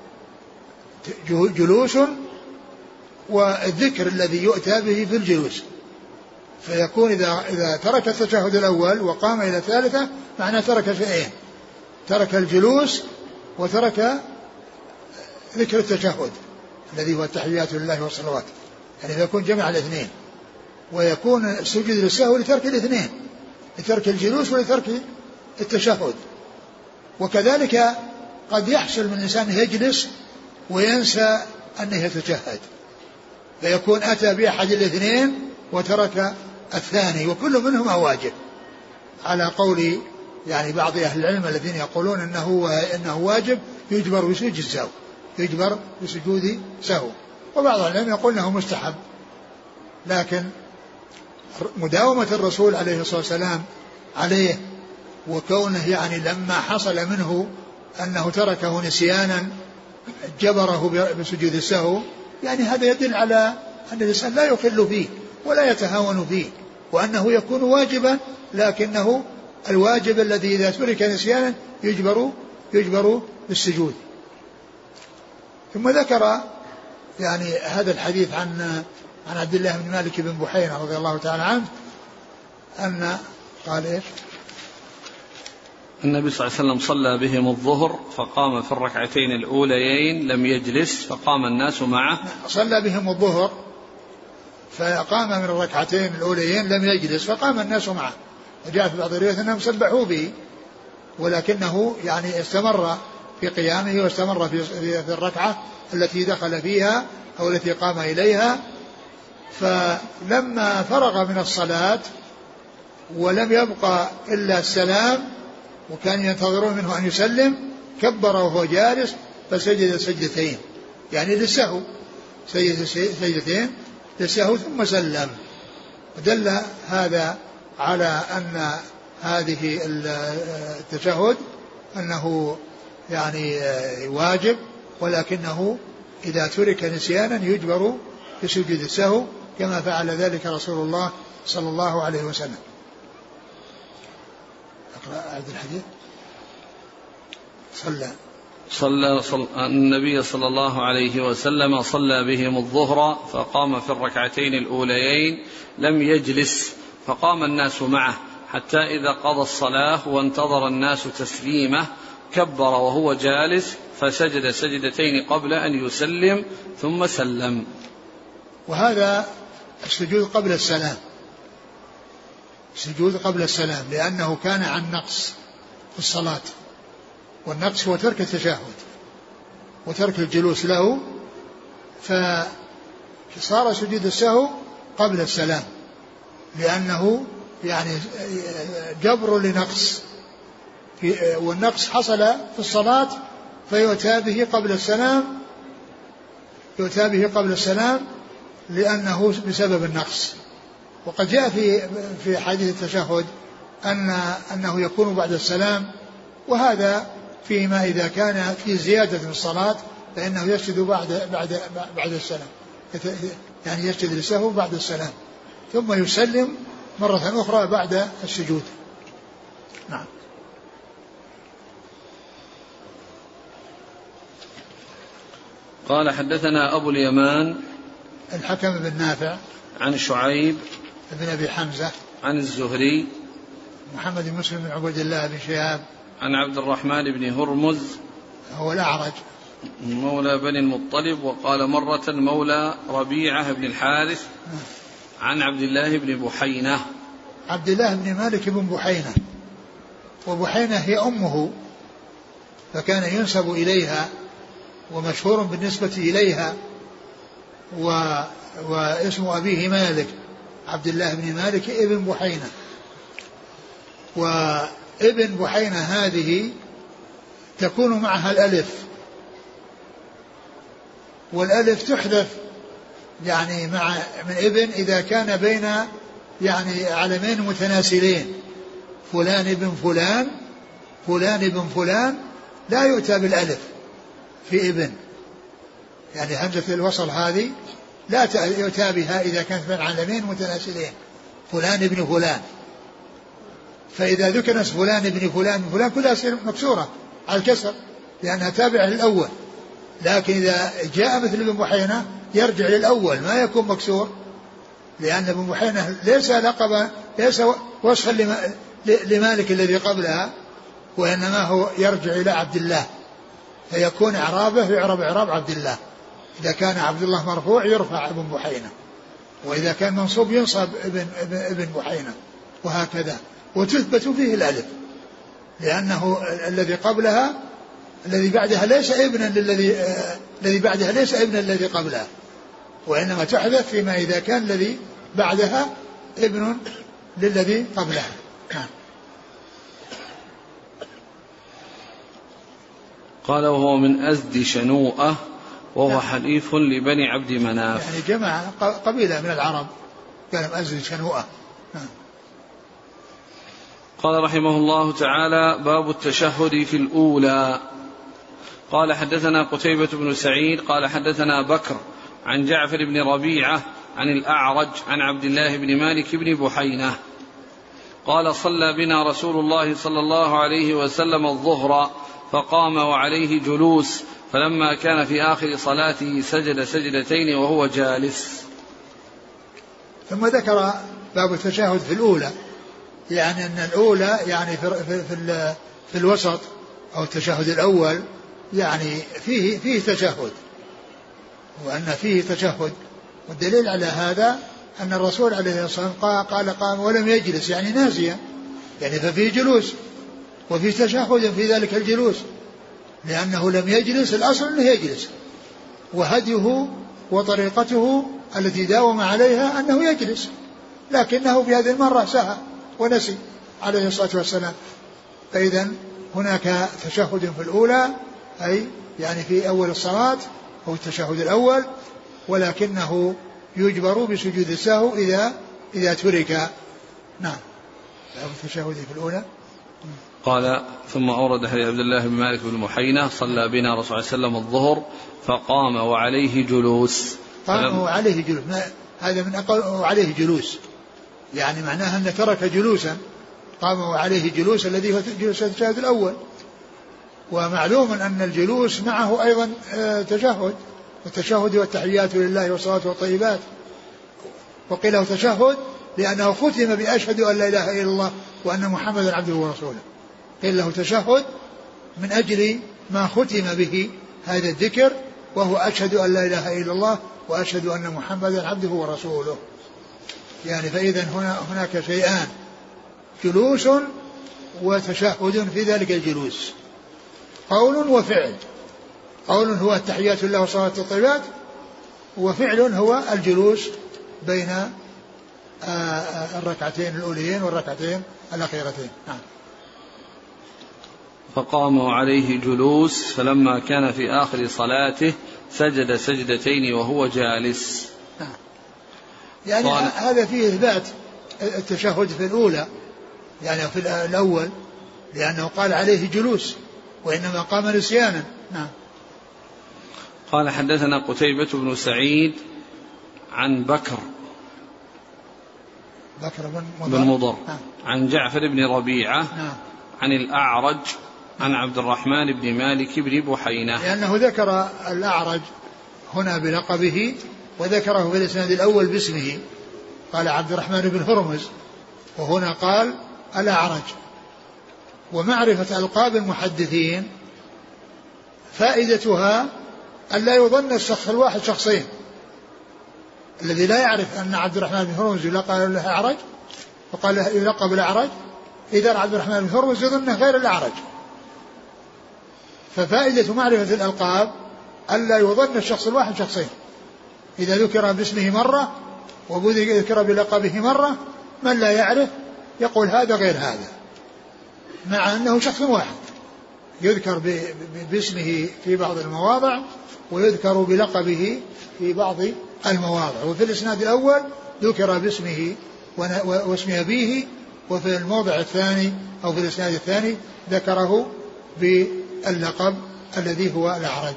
Speaker 2: جلوس والذكر الذي يؤتى به في الجلوس، فيكون إذا, إذا ترك التشهد الأول وقام إلى الثالثة معناه ترك شيئين، ترك الجلوس وترك ذكر التشهد الذي هو التحيات لله والصلوات، يعني فيكون جمع الاثنين، ويكون السجود للسهو لترك الاثنين، لترك الجلوس ولترك التشهد. وكذلك قد يحصل من الإنسان يجلس وينسى أنه يتشهد، فيكون أتى بأحد الاثنين وترك الثاني، وكل منهما واجب على قول يعني بعض أهل العلم الذين يقولون إنه, إنه واجب يجبر بسجود السهو، يجبر بسجود سهو، وبعض أهل العلم يقول إنه مستحب. لكن مداومة الرسول عليه الصلاة والسلام عليه، وكونه يعني لما حصل منه أنه تركه نسيانا جبره بسجود السهو، يعني هذا يدل على أن الإنسان لا يخل فيه ولا يتهاون فيه، وأنه يكون واجبا، لكنه الواجب الذي إذا ترك نسيانا يجبر يجبر بالسجود. ثم ذكر يعني هذا الحديث عن عن عبد الله بن مالك بن بحيرة رضي الله تعالى عنه أن قال إيش؟
Speaker 1: النبي صلى الله عليه وسلم صلى بهم الظهر فقام في الركعتين الأوليين لم يجلس فقام الناس معه.
Speaker 2: صلى بهم الظهر فقام من الركعتين الأوليين لم يجلس فقام الناس معه، وجاء في بعض الروايات أنهم سبحوا به، ولكنه يعني استمر في قيامه واستمر في في الركعة التي دخل فيها أو التي قام إليها. فلما فرغ من الصلاة ولم يبقى إلا السلام وكان ينتظرون منه أن يسلم كبر وهو جالس فسجد سجدتين، يعني للسهو، سجد سجدتين للسهو ثم سلم. ودل هذا على أن هذه التشهد أنه يعني واجب، ولكنه إذا ترك نسيانا يجبر بسجود السهو كما فعل ذلك رسول الله صلى الله عليه وسلم. أقرأ عبد الحديث. صلى
Speaker 1: صلى, صلى النبي صلى الله عليه وسلم صلى بهم الظهر فقام في الركعتين الأوليين لم يجلس فقام الناس معه حتى إذا قضى الصلاة وانتظر الناس تسليمه كبر وهو جالس فسجد سجدتين قبل أن يسلم ثم سلم.
Speaker 2: وهذا السجود قبل السلام، سجود قبل السلام، لأنه كان عن نقص في الصلاة، والنقص هو ترك التشهد وترك الجلوس له، فصار سجود السهو قبل السلام، لأنه يعني جبر لنقص، والنقص حصل في الصلاة فيؤتى به قبل السلام، يؤتى به قبل السلام لأنه بسبب النقص. وقد جاء في في حديث التشهد أن أنه يكون بعد السلام، وهذا فيما إذا كان في زيادة في الصلاة فإنه يسجد بعد بعد بعد السلام، يعني يسجد للسهو بعد السلام ثم يسلم مرة أخرى بعد السجود. نعم.
Speaker 1: قال حدثنا أبو اليمان
Speaker 2: الحكم بن نافع
Speaker 1: عن شعيب
Speaker 2: بن أبي حمزة
Speaker 1: عن الزهري
Speaker 2: محمد بن مسلم بن عبد الله بن شهاب
Speaker 1: عن عبد الرحمن بن هرمز
Speaker 2: هو الأعرج
Speaker 1: مولى بني المطلب، وقال مرة مولى ربيعة بن الحارث عن عبد الله بن بحينة
Speaker 2: عبد الله بن مالك بن بحينة، وبحينة هي أمه فكان ينسب إليها ومشهور بالنسبة إليها، و... واسم أبيه مالك عبد الله بن مالك ابن بحينة. وابن بحينة هذه تكون معها الألف، والألف تحذف يعني مع من ابن إذا كان بين يعني علمين متناسلين، فلان ابن فلان فلان ابن فلان لا يؤتى بالألف في ابن، يعني همزة الوصل هذه لا يؤتى بها إذا كانت بين علمين متناسلين، فلان ابن فلان. فإذا ذكر اسم فلان ابن فلان فلان كلها تصير مكسورة على الكسر لأنها تابعة للأول، لكن إذا جاء مثل ابن بحينة يرجع للأول ما يكون مكسور، لأن ابن بحينة ليس لقب ليس وصفا لمالك الذي قبلها، وإنما هو يرجع إلى عبد الله فيكون إعرابه يعرب إعراب عبد الله. إذا كان عبد الله مرفوع يرفع ابن بحينة، وإذا كان منصوب ينصب ابن, ابن, ابن بحينة، وهكذا. وتثبت فيه الألف لأنه الذي قبلها الذي بعدها ليس ابنا للذي آه الذي بعدها ليس ابنا الذي قبلها، وإنما تحذف فيما إذا كان الذي بعدها ابن للذي قبلها.
Speaker 1: قال وهو من أزد شنوءة وهو حليف لبني عبد مناف،
Speaker 2: يعني جمع قبيلة من العرب كان أزد شنوءة.
Speaker 1: قال رحمه الله تعالى باب التشهد في الأولى. قال حدثنا قتيبة بن سعيد قال حدثنا بكر عن جعفر بن ربيعة عن الأعرج عن عبد الله بن مالك بن بحينة قال صلى بنا رسول الله صلى الله عليه وسلم الظهر فقام وعليه جلوس، فلما كان في آخر صلاته سجد سجدتين وهو جالس.
Speaker 2: ثم ذكر باب التشهد في الأولى، يعني أن الأولى يعني في, في, في, في الوسط أو التشهد الأول يعني فيه, فيه تشهد، وأن فيه تشهد. والدليل على هذا أن الرسول عليه الصلاة والسلام قال قام ولم يجلس يعني نازيا، يعني ففيه جلوس وفيه تشهد في ذلك الجلوس، لأنه لم يجلس الأصل أنه يجلس، وهديه وطريقته التي داوم عليها أنه يجلس، لكنه في هذه المرة سهى ونسي عليه الصلاة والسلام. فإذا هناك تشهد في الأولى أي يعني في أول الصلاة هو التشهد الأول، ولكنه يجبر بسجود السهو إذا إذا ترك. نعم. التشهد في الأولى.
Speaker 1: قال ثم أورد حديث عبد الله بن مالك بن بحينة صلى بنا رسول الله صلى الله عليه وسلم الظهر فقام وعليه جلوس.
Speaker 2: قام وعليه جلوس، هذا من أقل وعليه جلوس، يعني معناها أن ترك جلوسا، قام وعليه جلوس الذي هو جلوس التشهد الأول. ومعلوم أن الجلوس معه أيضا تشهد، والتشهد والتحيات لله والصلاة والطيبات. وقيل له تشهد لأنه ختم بأشهد أن لا إله إلا الله وأن محمدا عبده ورسوله، قيل له تشهد من أجل ما ختم به هذا الذكر وهو أشهد أن لا إله إلا الله وأشهد أن محمدا عبده ورسوله. يعني فإذا هنا هناك شيئان، جلوس وتشهد في ذلك الجلوس، قول وفعل. قول هو التحيات لله والصلاة والطيبات، وفعل هو الجلوس بين الركعتين الأوليين والركعتين الأخيرتين. نعم.
Speaker 1: فقام وعليه جلوس، فلما كان في آخر صلاته سجد سجدتين وهو جالس.
Speaker 2: نعم. يعني هذا فيه إثبات التشهد في الأولى يعني في الأول، لأنه قال عليه جلوس وإنما قام نسيانا. نعم.
Speaker 1: قال حدثنا قتيبة بن سعيد عن بكر
Speaker 2: بكر بن
Speaker 1: مضر, بن مضر. نعم. عن جعفر بن ربيعة.
Speaker 2: نعم.
Speaker 1: عن الأعرج عن عبد الرحمن بن مالك بن بحينة،
Speaker 2: لأنه ذكر الأعرج هنا بلقبه وذكره في الإسناد الأول باسمه، قال عبد الرحمن بن هرمز، وهنا قال الأعرج. ومعرفة ألقاب المحدثين فائدتها أن لا يظن الشخص الواحد شخصين، الذي لا يعرف أن عبد الرحمن بن هرمز يلقب له أعرج وقال يلقب الأعرج، إذا عبد الرحمن بن هرمز يظنه غير الأعرج. ففائدة معرفة الألقاب ألا يظن الشخص الواحد شخصين، إذا ذكر باسمه مرة وذكر بلقبه مرة من لا يعرف يقول هذا غير هذا، مع أنه شخص واحد يذكر باسمه في بعض المواضع ويذكر بلقبه في بعض المواضع. وفي الإسناد الأول ذكر باسمه واسم أبيه، وفي الموضع الثاني أو في الإسناد الثاني ذكره باللقب الذي هو الأعرج.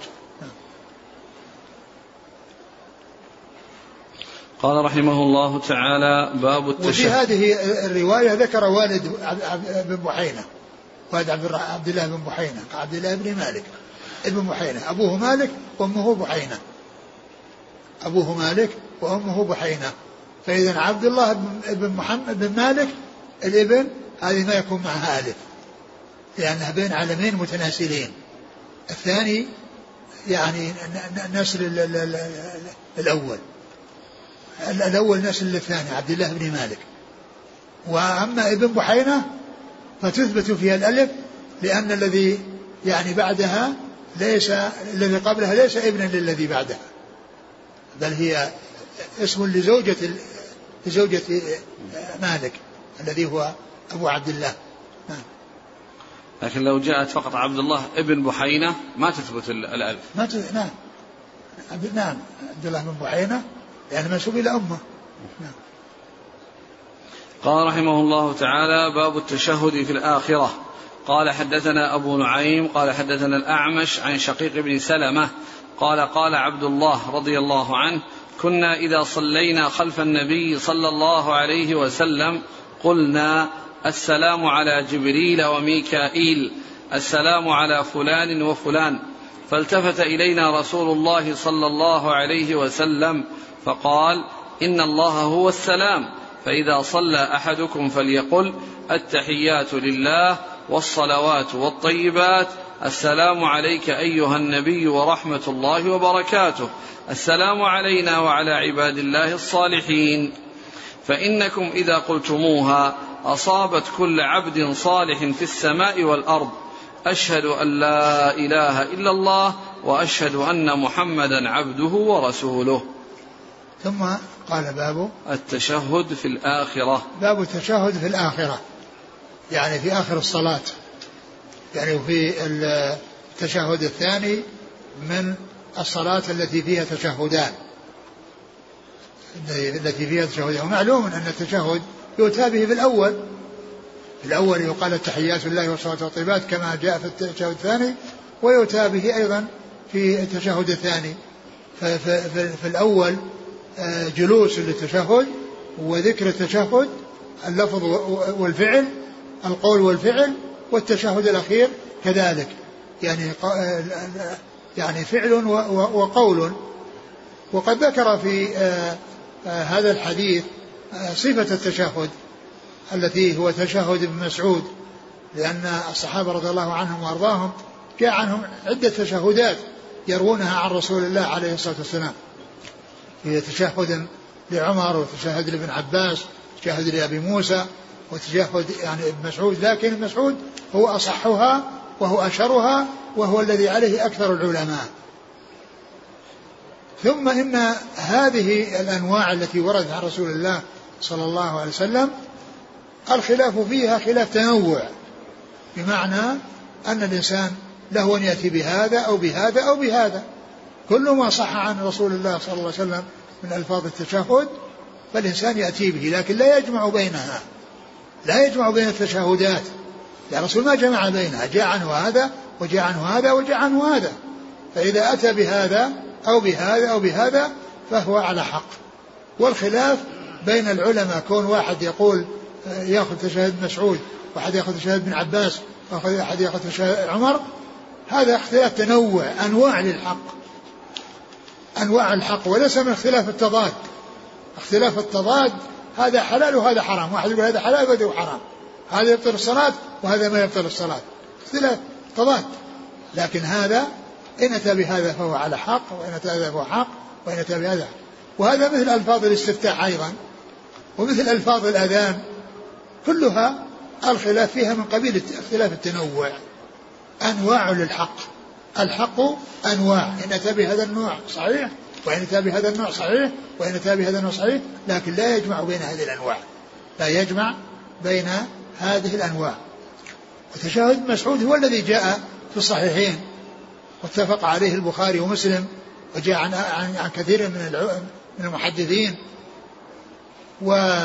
Speaker 1: قال رحمه الله تعالى باب التشهد.
Speaker 2: وفي هذه الرواية ذكر والد بن بحينة، والد عبد الله بن بحينة عبد الله بن مالك ابن بحينة، أبوه مالك وأمه بحينة، أبوه مالك وأمه بحينة. فإذا عبد الله بن محمد بن مالك الابن هذه ما يكون معها ألف لأنها بين علمين متناسلين. الثاني يعني نسل الأول، الأول نسل الثاني عبد الله بن مالك. وأما ابن بحينة فتثبت فيها الألف لأن الذي يعني بعدها ليس، الذي قبلها ليس ابنا للذي بعدها، بل هي اسم لزوجة لزوجة مالك الذي هو أبو عبد الله. نعم.
Speaker 1: لكن لو جاءت فقط عبد الله ابن بحينة ما تثبت الألف.
Speaker 2: ما تثبت. نعم. نعم عبد الله بن بحينة يعني منسوب إلى أمه. نعم.
Speaker 1: قال رحمه الله تعالى باب التشهد في الآخرة. قال حدثنا أبو نعيم قال حدثنا الأعمش عن شقيق بن سلمة قال قال عبد الله رضي الله عنه كنا إذا صلينا خلف النبي صلى الله عليه وسلم قلنا السلام على جبريل وميكائيل، السلام على فلان وفلان، فالتفت إلينا رسول الله صلى الله عليه وسلم فقال إن الله هو السلام، فإذا صلى أحدكم فليقل التحيات لله والصلوات والطيبات، السلام عليك أيها النبي ورحمة الله وبركاته، السلام علينا وعلى عباد الله الصالحين، فإنكم إذا قلتموها أصابت كل عبد صالح في السماء والأرض، أشهد أن لا إله إلا الله وأشهد أن محمدا عبده ورسوله.
Speaker 2: ثم قال باب
Speaker 1: التشهد في الآخرة.
Speaker 2: باب التشهد في الآخرة يعني في آخر الصلاة، يعني في التشهد الثاني من الصلاة التي فيها تشهدان، التي فيها تشهدان. ومعلوم أن التشهد يؤتى به في الأول، في الأول يقال التحيات لله والصلاة والطيبات كما جاء في التشهد الثاني، ويؤتى به أيضا في التشهد الثاني. ففي الأول جلوس للتشهد وذكر التشهد، اللفظ والفعل، القول والفعل، والتشهد الأخير كذلك، يعني يعني فعل وقول. وقد ذكر في هذا الحديث صفة التشهد التي هو تشهد ابن مسعود، لأن الصحابة رضي الله عنهم وأرضاهم جاء عنهم عدة تشهدات يروونها عن رسول الله عليه الصلاة والسلام، هي تشهد لعمر وتشهد لابن عباس وتشهد لأبي موسى وتشهد يعني ابن مسعود، لكن ابن مسعود هو أصحها وهو أشهرها وهو الذي عليه أكثر العلماء. ثم إن هذه الأنواع التي وردت عن رسول الله صلى الله عليه وسلم الخلاف فيها خلاف تنوع، بمعنى أن الإنسان له أن يأتي بهذا أو بهذا أو بهذا. كل ما صح عن رسول الله صلى الله عليه وسلم من ألفاظ التشهد فالإنسان يأتي به، لكن لا يجمع بينها، لا يجمع بين التشهدات، لأن الرسول ما جمع بينها، جاء عنه هذا وجاء عنه هذا وجاء عنه هذا، فإذا أتى بهذا أو بهذا أو بهذا فهو على حق. والخلاف بين العلماء كون واحد يقول يأخذ تشهد مسعود، واحد يأخذ تشهد بن عباس، واحد يأخذ تشهد عمر، هذا اختلاف تنوع أنواع للحق، أنواع الحق، وليس من اختلاف التضاد. اختلاف التضاد هذا حلال وهذا حرام، واحد يقول هذا حلال وهذا حرام، هذا يبطل الصلاة وهذا ما يبطل الصلاة، اختلاف تضاد. لكن هذا إن أتى بهذا فهو على حق، وإن أتى بهذا فهو حق، وإن أتى بهذا. وهذا مثل ألفاظ الاستفتاح أيضا، ومثل ألفاظ الأذان، كلها الخلاف فيها من قبيل اختلاف التنوع، أنواع للحق. الحق أنواع، إن أتى بهذا النوع صحيح، وإن أتى بهذا النوع صحيح، وإن أتى بهذا النوع صحيح، لكن لا يجمع بين هذه الأنواع، لا يجمع بين هذه الأنواع. وتشهد مسعود هو الذي جاء في الصحيحين واتفق عليه البخاري ومسلم، وجاء عن, عن, عن كثير من من المحدثين. و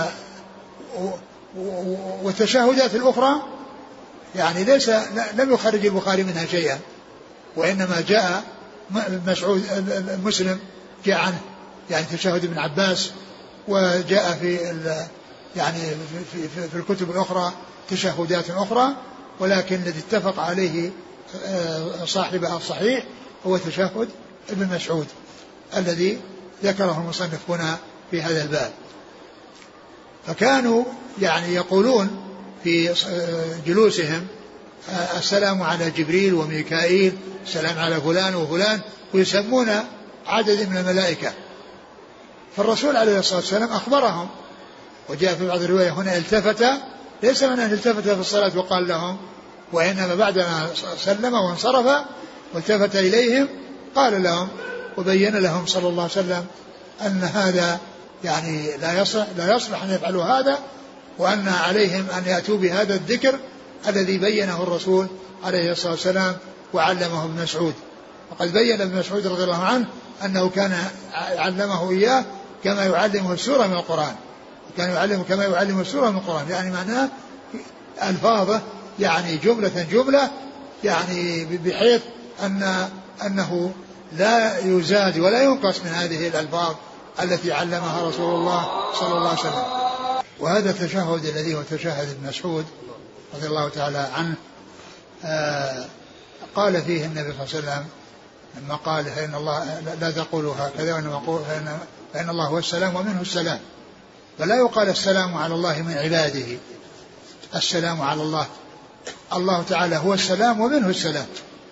Speaker 2: والتشهدات الأخرى يعني ليس لم يخرج البخاري منها شيئا، وإنما جاء مسعود مسلم جاء عنه يعني تشهد ابن عباس، وجاء في يعني في, في, في الكتب الأخرى تشهدات أخرى، ولكن الذي اتفق عليه صاحبها الصحيح هو تشهد ابن مسعود الذي ذكره المصنف هنا في هذا الباب. فكانوا يعني يقولون في جلوسهم السلام على جبريل وميكائيل، السلام على فلان وفلان، ويسمون عدد من الملائكة. فالرسول عليه الصلاة والسلام أخبرهم، وجاء في بعض الرواية هنا التفت، ليس من أن التفت في الصلاة وقال لهم، وإنما بعدما سلم وانصرف والتفت إليهم قال لهم وبين لهم صلى الله عليه وسلم أن هذا يعني لا يصلح, لا يصلح أن يفعلوا هذا، وأن عليهم أن يأتوا بهذا الذكر الذي بينه الرسول عليه الصلاة والسلام وعلمه ابن مسعود. وقد بين ابن مسعود رضي الله عنه أنه كان علمه إياه كما يعلمه السورة من القرآن، كان يعلمه كما يعلمه السورة من القرآن، يعني معناه ألفاظه يعني جملة جملة، يعني بحيث أن أنه لا يزاد ولا ينقص من هذه الألفاظ التي علمها رسول الله صلى الله عليه وسلم. وهذا التشهد الذي هو تشهد ابن مسعود رضي الله تعالى عنه آه قال فيه النبي صلى الله عليه وسلم لما قال فإن الله لا تقولوا هكذا وإنما قول فإن, فإن الله هو السلام ومنه السلام، فلا يقال السلام على الله من عباده، السلام على الله، الله تعالى هو السلام ومنه السلام،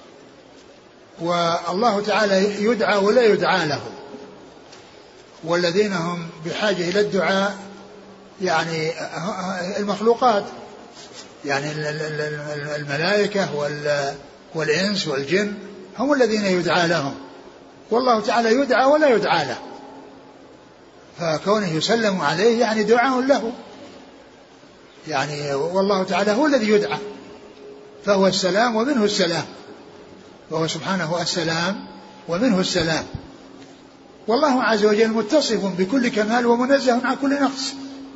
Speaker 2: والله تعالى يدعى ولا يدعى له، والذين هم بحاجة إلى الدعاء يعني المخلوقات، يعني الملائكة والإنس والجن هم الذين يدعى لهم، والله تعالى يدعى ولا يدعى له، فكونه يسلم عليه يعني دعاء له، يعني والله تعالى هو الذي يدعى، فهو السلام ومنه السلام، وهو سبحانه السلام ومنه السلام. والله عز وجل متصف بكل كمال ومنزه عن كل نقص،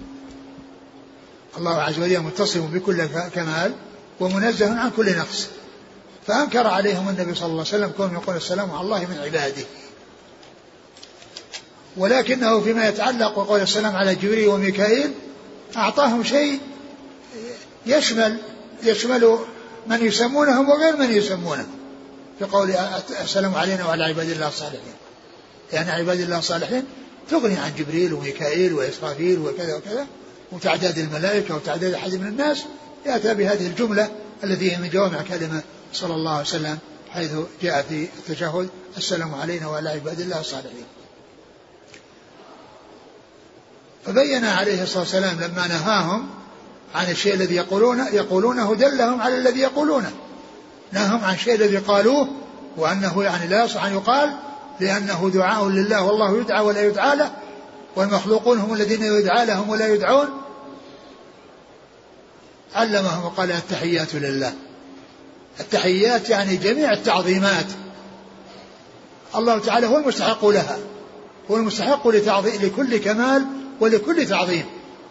Speaker 2: الله عز وجل متصف بكل كمال ومنزه عن كل نقص، فأنكر عليهم النبي صلى الله عليه وسلم كون يقول السلام على الله من عباده، ولكنه فيما يتعلق وقول السلام على جبريل وميكائيل أعطاهم شيء يشمل يشمل من يسمونهم وغير من يسمونهم، في قول السلام علينا وعلى عباد الله الصالحين، يعني عباد الله الصالحين تغني عن جبريل وميكائيل وإسرافيل وكذا وكذا، وتعداد الملائكة وتعداد أحد من الناس، يأتى بهذه الجملة التي هي من جوامع كلمة صلى الله عليه وسلم، حيث جاء في التشهد السلام علينا وعلى عباد الله الصالحين. فبين عليه الصلاة والسلام لما نهاهم عن الشيء الذي يقولونه يقولونه دلهم على الذي يقولونه، نهاهم عن الشيء الذي قالوه، وأنه يعني لا يصح أن يقال، لأنه دعاء لله والله يدعى ولا يدعى له، والمخلوقون هم الذين يدعى لهم ولا يدعون. علمهم وقال التحيات لله، التحيات يعني جميع التعظيمات، الله تعالى هو المستحق لها، هو المستحق لتعظيم لكل كمال ولكل تعظيم،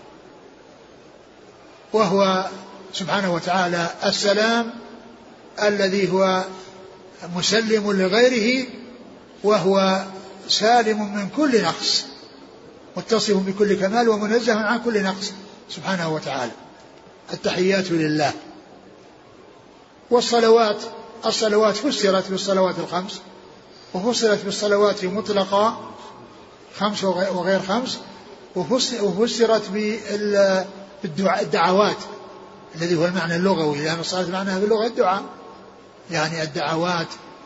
Speaker 2: وهو سبحانه وتعالى السلام الذي هو مسلم لغيره، وهو سالم من كل نقص، متصف بكل كمال ومنزه عن كل نقص سبحانه وتعالى. التحيات لله. والصلوات، الصلوات فسرت بالصلوات الخمس، وفسرت بالصلوات مطلقة خمس وغير خمس، وفسرت بالدعوات الذي هو المعنى اللغوي، لأن يعني الصلاة معناها باللغة الدعاء، يعني الدعوات،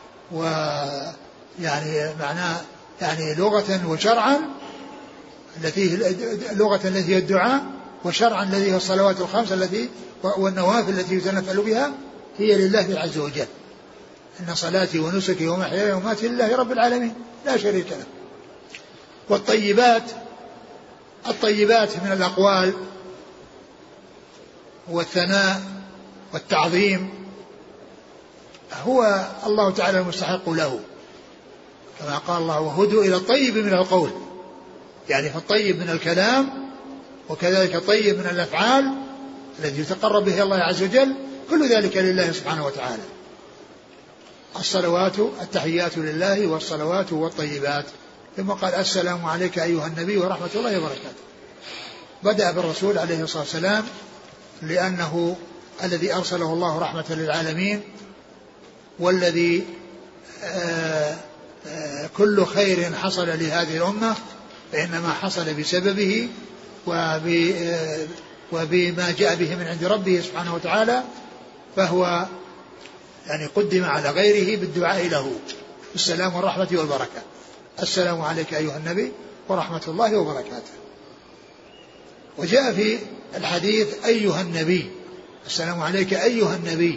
Speaker 2: ويعني معناه يعني لغة وشرعا التي لغة التي هي الدعاء، وشرعا الذي هو الصلوات الخمس التي والنوافل التي يتنفل بها هي لله عز وجل. إن صلاتي ونسكي ومحياي ومماتي لله رب العالمين لا شريك له. والطيبات، الطيبات من الأقوال والثناء والتعظيم هو الله تعالى المستحق له، كما قال الله وهدوا إلى الطيب من القول، يعني فالطيب من الكلام وكذلك الطيب من الأفعال الذي يتقرب به الله عز وجل، كل ذلك لله سبحانه وتعالى. الصلوات التحيات لله والصلوات والطيبات. ثم قال السلام عليك أيها النبي ورحمة الله وبركاته. بدأ بالرسول عليه الصلاة والسلام لأنه الذي أرسله الله رحمة للعالمين، والذي آآ آآ كل خير حصل لهذه الأمة فإنما حصل بسببه وبما جاء به من عند ربه سبحانه وتعالى، فهو يعني قدم على غيره بالدعاء له السلام والرحمة والبركة. السلام عليك أيها النبي ورحمة الله وبركاته. وجاء في الحديث أيها النبي، السلام عليك أيها النبي.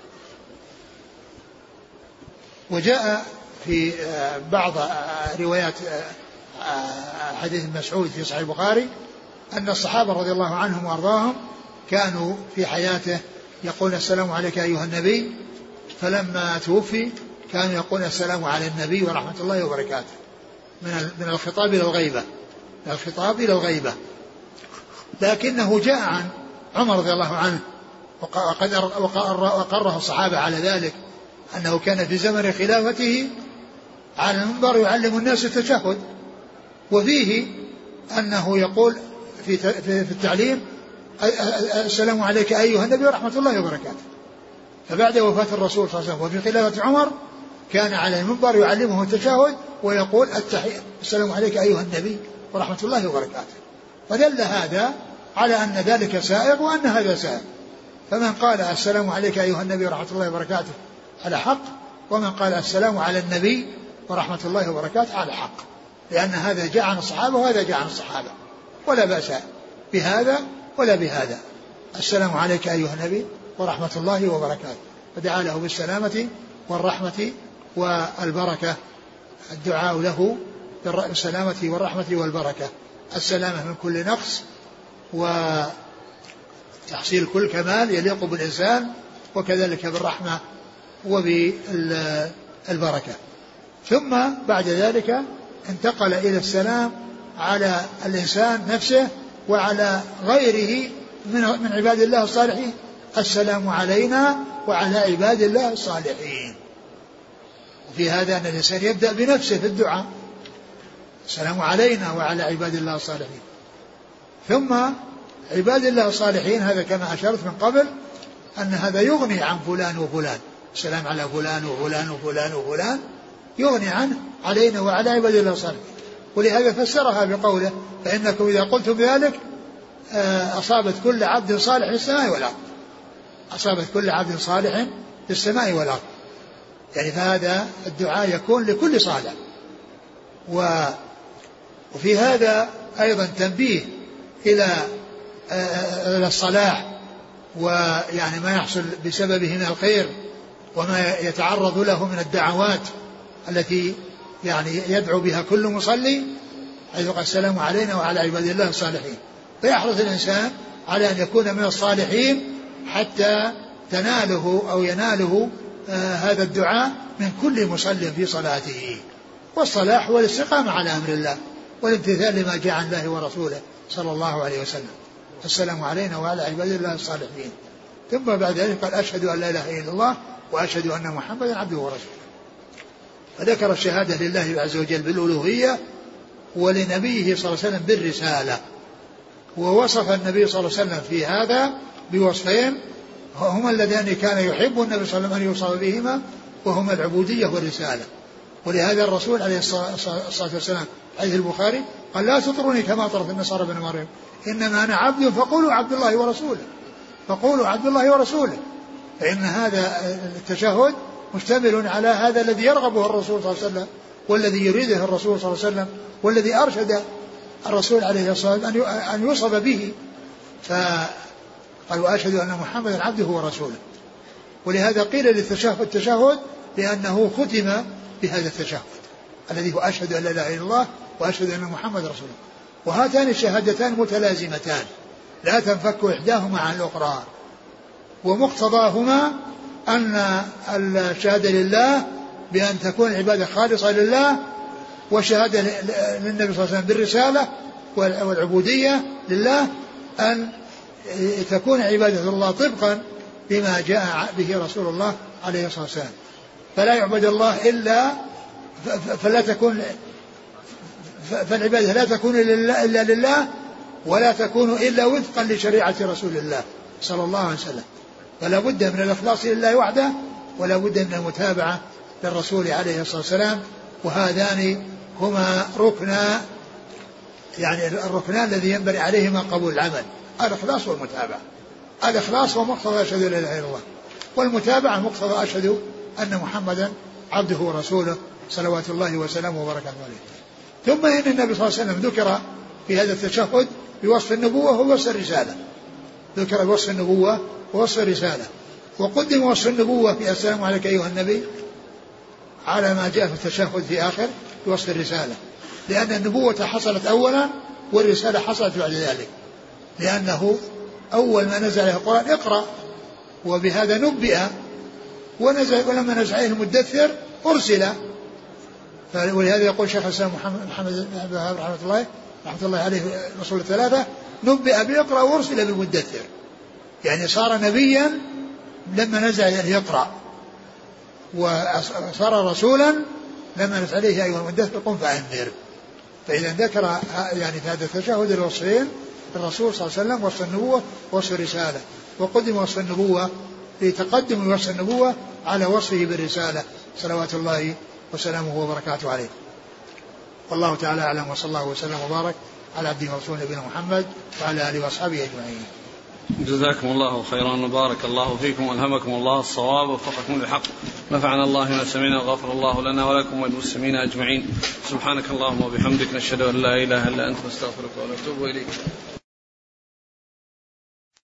Speaker 2: وجاء في بعض روايات حديث مسعود في صحيح البخاري أن الصحابة رضي الله عنهم وأرضاهم كانوا في حياته يقولون السلام عليك أيها النبي، فلما توفي كانوا يقولون السلام على النبي ورحمة الله وبركاته، من الخطاب إلى الغيبة، من الخطاب إلى الغيبة. لكنه جاء عن عمر رضي الله عنه وقد وقره الصحابة على ذلك، أنه كان في زمن خلافته على المنبر يعلم الناس التشهد، وفيه أنه يقول في في التعليم السلام عليك أيها النبي ورحمة الله وبركاته. فبعد وفاة الرسول صلى الله عليه وسلم وفي خلافة عمر كان على المنبر يعلمه التشهد ويقول السلام عليك أيها النبي ورحمة الله وبركاته. فدل هذا على أن ذلك سائغ وأن هذا سائغ، فمن قال السلام عليك أيها النبي ورحمة الله وبركاته على حق، ومن قال السلام على النبي ورحمة الله وبركاته على حق، لأن هذا جاء عن الصحابة وهذا جاء عن الصحابة، ولا بأس بهذا ولا بهذا. السلام عليك أيها النبي ورحمة الله وبركاته، فدعا له بالسلامة والرحمة والبركة، الدعاء له بالسلامة والرحمة والبركة، السلامة من كل نقص وتحصيل كل كمال يليق بالإنسان، وكذلك بالرحمة وبالبركة. ثم بعد ذلك انتقل إلى السلام على الإنسان نفسه وعلى غيره من عباد الله الصالحين، السلام علينا وعلى عباد الله الصالحين. وفي هذا أن الإنسان يبدأ بنفسه في الدعاء، السلام علينا وعلى عباد الله الصالحين، ثم عباد الله الصالحين. هذا كما أشرت من قبل أن هذا يغني عن فلان وفلان، السلام على فلان وفلان وفلان وفلان يغني عنه علينا وعلى عباد الله الصالحين. ولهذا فسرها بقوله فإنكم إذا قلتم بذلك أصابت كل عبد صالح في السماء والأرض، أصابت كل عبد صالح في السماء والأرض، يعني فهذا الدعاء يكون لكل صالح. وفي هذا أيضا تنبيه إلى الصلاح، ويعني ما يحصل بسببه من الخير وما يتعرض له من الدعوات التي يعني يدعو بها كل مصلي، حيث قال السلام علينا وعلى عباد الله الصالحين. فيحرص الإنسان على أن يكون من الصالحين حتى تناله أو يناله آه هذا الدعاء من كل مصل في صلاته. والصلاح والاستقامة على أمر الله والامتثال لما جاء عن الله ورسوله صلى الله عليه وسلم. السلام علينا وعلى عباد الله الصالحين. ثم بعد ذلك قال أشهد أن لا إله إلا الله وأشهد أن محمدا عبده ورسوله. فذكر الشهادة لله عز وجل بالألوهية ولنبيه صلى الله عليه وسلم بالرسالة. ووصف النبي صلى الله عليه وسلم في هذا بوصفين هما اللذان كان يحب النبي صلى الله عليه وسلم أن يوصف بهما وهما العبودية والرسالة. ولهذا الرسول عليه الصلاة والسلام حديث البخاري قال لا تطروني كما طرت النصارى بن مريم إنما أنا عبد فقولوا عبد الله ورسوله فقولوا عبد الله ورسوله. فإن هذا التشهد مشتمل على هذا الذي يرغبه الرسول صلى الله عليه وسلم والذي يريده الرسول صلى الله عليه وسلم والذي أرشد الرسول عليه الصلاة والسلام أن يوصف به. فقال وأشهد أن محمدا عبده ورسوله. ولهذا قيل للتشهد التشهد لأنه ختم بهذا التشهد الذي هو أشهد أن لا إله إلا الله وأشهد أن محمد رسول الله. وهاتان الشهادتان متلازمتان لا تنفك إحداهما عن الأخرى ومقتضاهما أن الشهادة لله بأن تكون العبادة خالصة لله وشهادة للنبي صلى الله عليه وسلم بالرسالة والعبودية لله أن تكون عبادة الله طبقا بما جاء به رسول الله عليه الصلاة والسلام. فلا يعبد الله إلا فلا تكون فالعبادة لا تكون إلا لله ولا تكون إلا وفقا لشريعة رسول الله صلى الله عليه وسلم. فلا بد من الإخلاص لله وحده ولا بد من المتابعة للرسول عليه الصلاة والسلام. وهذان هما ركنا يعني الركنان الذي ينبغي عليهما قبول العمل الإخلاص والمتابعة. الإخلاص هو مقتضى أشهد أن لا إله إلا الله والمتابعة مقتضى أشهد أن محمدا عبده ورسوله صلوات الله وسلامه وبركاته عليه. ثم إن النبي صلى الله عليه وسلم ذكر في هذا التشهد بوصف النبوة ووصف الرسالة. ذكر بوصف النبوة ووصف الرسالة وقدم وصف النبوة في السلام عليك أيها النبي على ما جاء في التشهد في آخر بوصف الرسالة لأن النبوة حصلت أولا والرسالة حصلت بعد ذلك لأنه أول ما نزل عليه القرآن اقرأ وبهذا نبئ ونزل ولما نزل عليه المدثر أرسل. ولهذا يقول شيخ الإسلام محمد محمد بن وهاب رحمة الله رحمة الله عليه رسول الثلاثة نبئ بيقرأ وأرسل بالمدثر يعني صار نبيا لما نزل عليه يقرأ وصار رسولا لما نزل عليه أيها المدثر قم فأنذر. فإذا ذكر يعني في هذا التشهد الوصفين الرسول صلى الله عليه وسلم وصف النبوة وصف الرسالة وقدم وصف النبوة لتقدم وصف النبوة على وصفه بالرسالة صلوات الله وسلامه وبركاته عليه. والله تعالى أعلم وصلى الله وسلم وبارك على عبده ورسوله نبينا محمد وعلى آله وأصحابه أجمعين.
Speaker 1: جزاكم الله خيرا وبارك الله فيكم والهمكم الله الصواب ووفقكم للحق. نفعنا الله ما سمعنا وغفر الله لنا ولكم وللمسلمين أجمعين. سبحانك اللهم وبحمدك نشهد أن لا إله إلا أنت نستغفرك ونتوب إليك.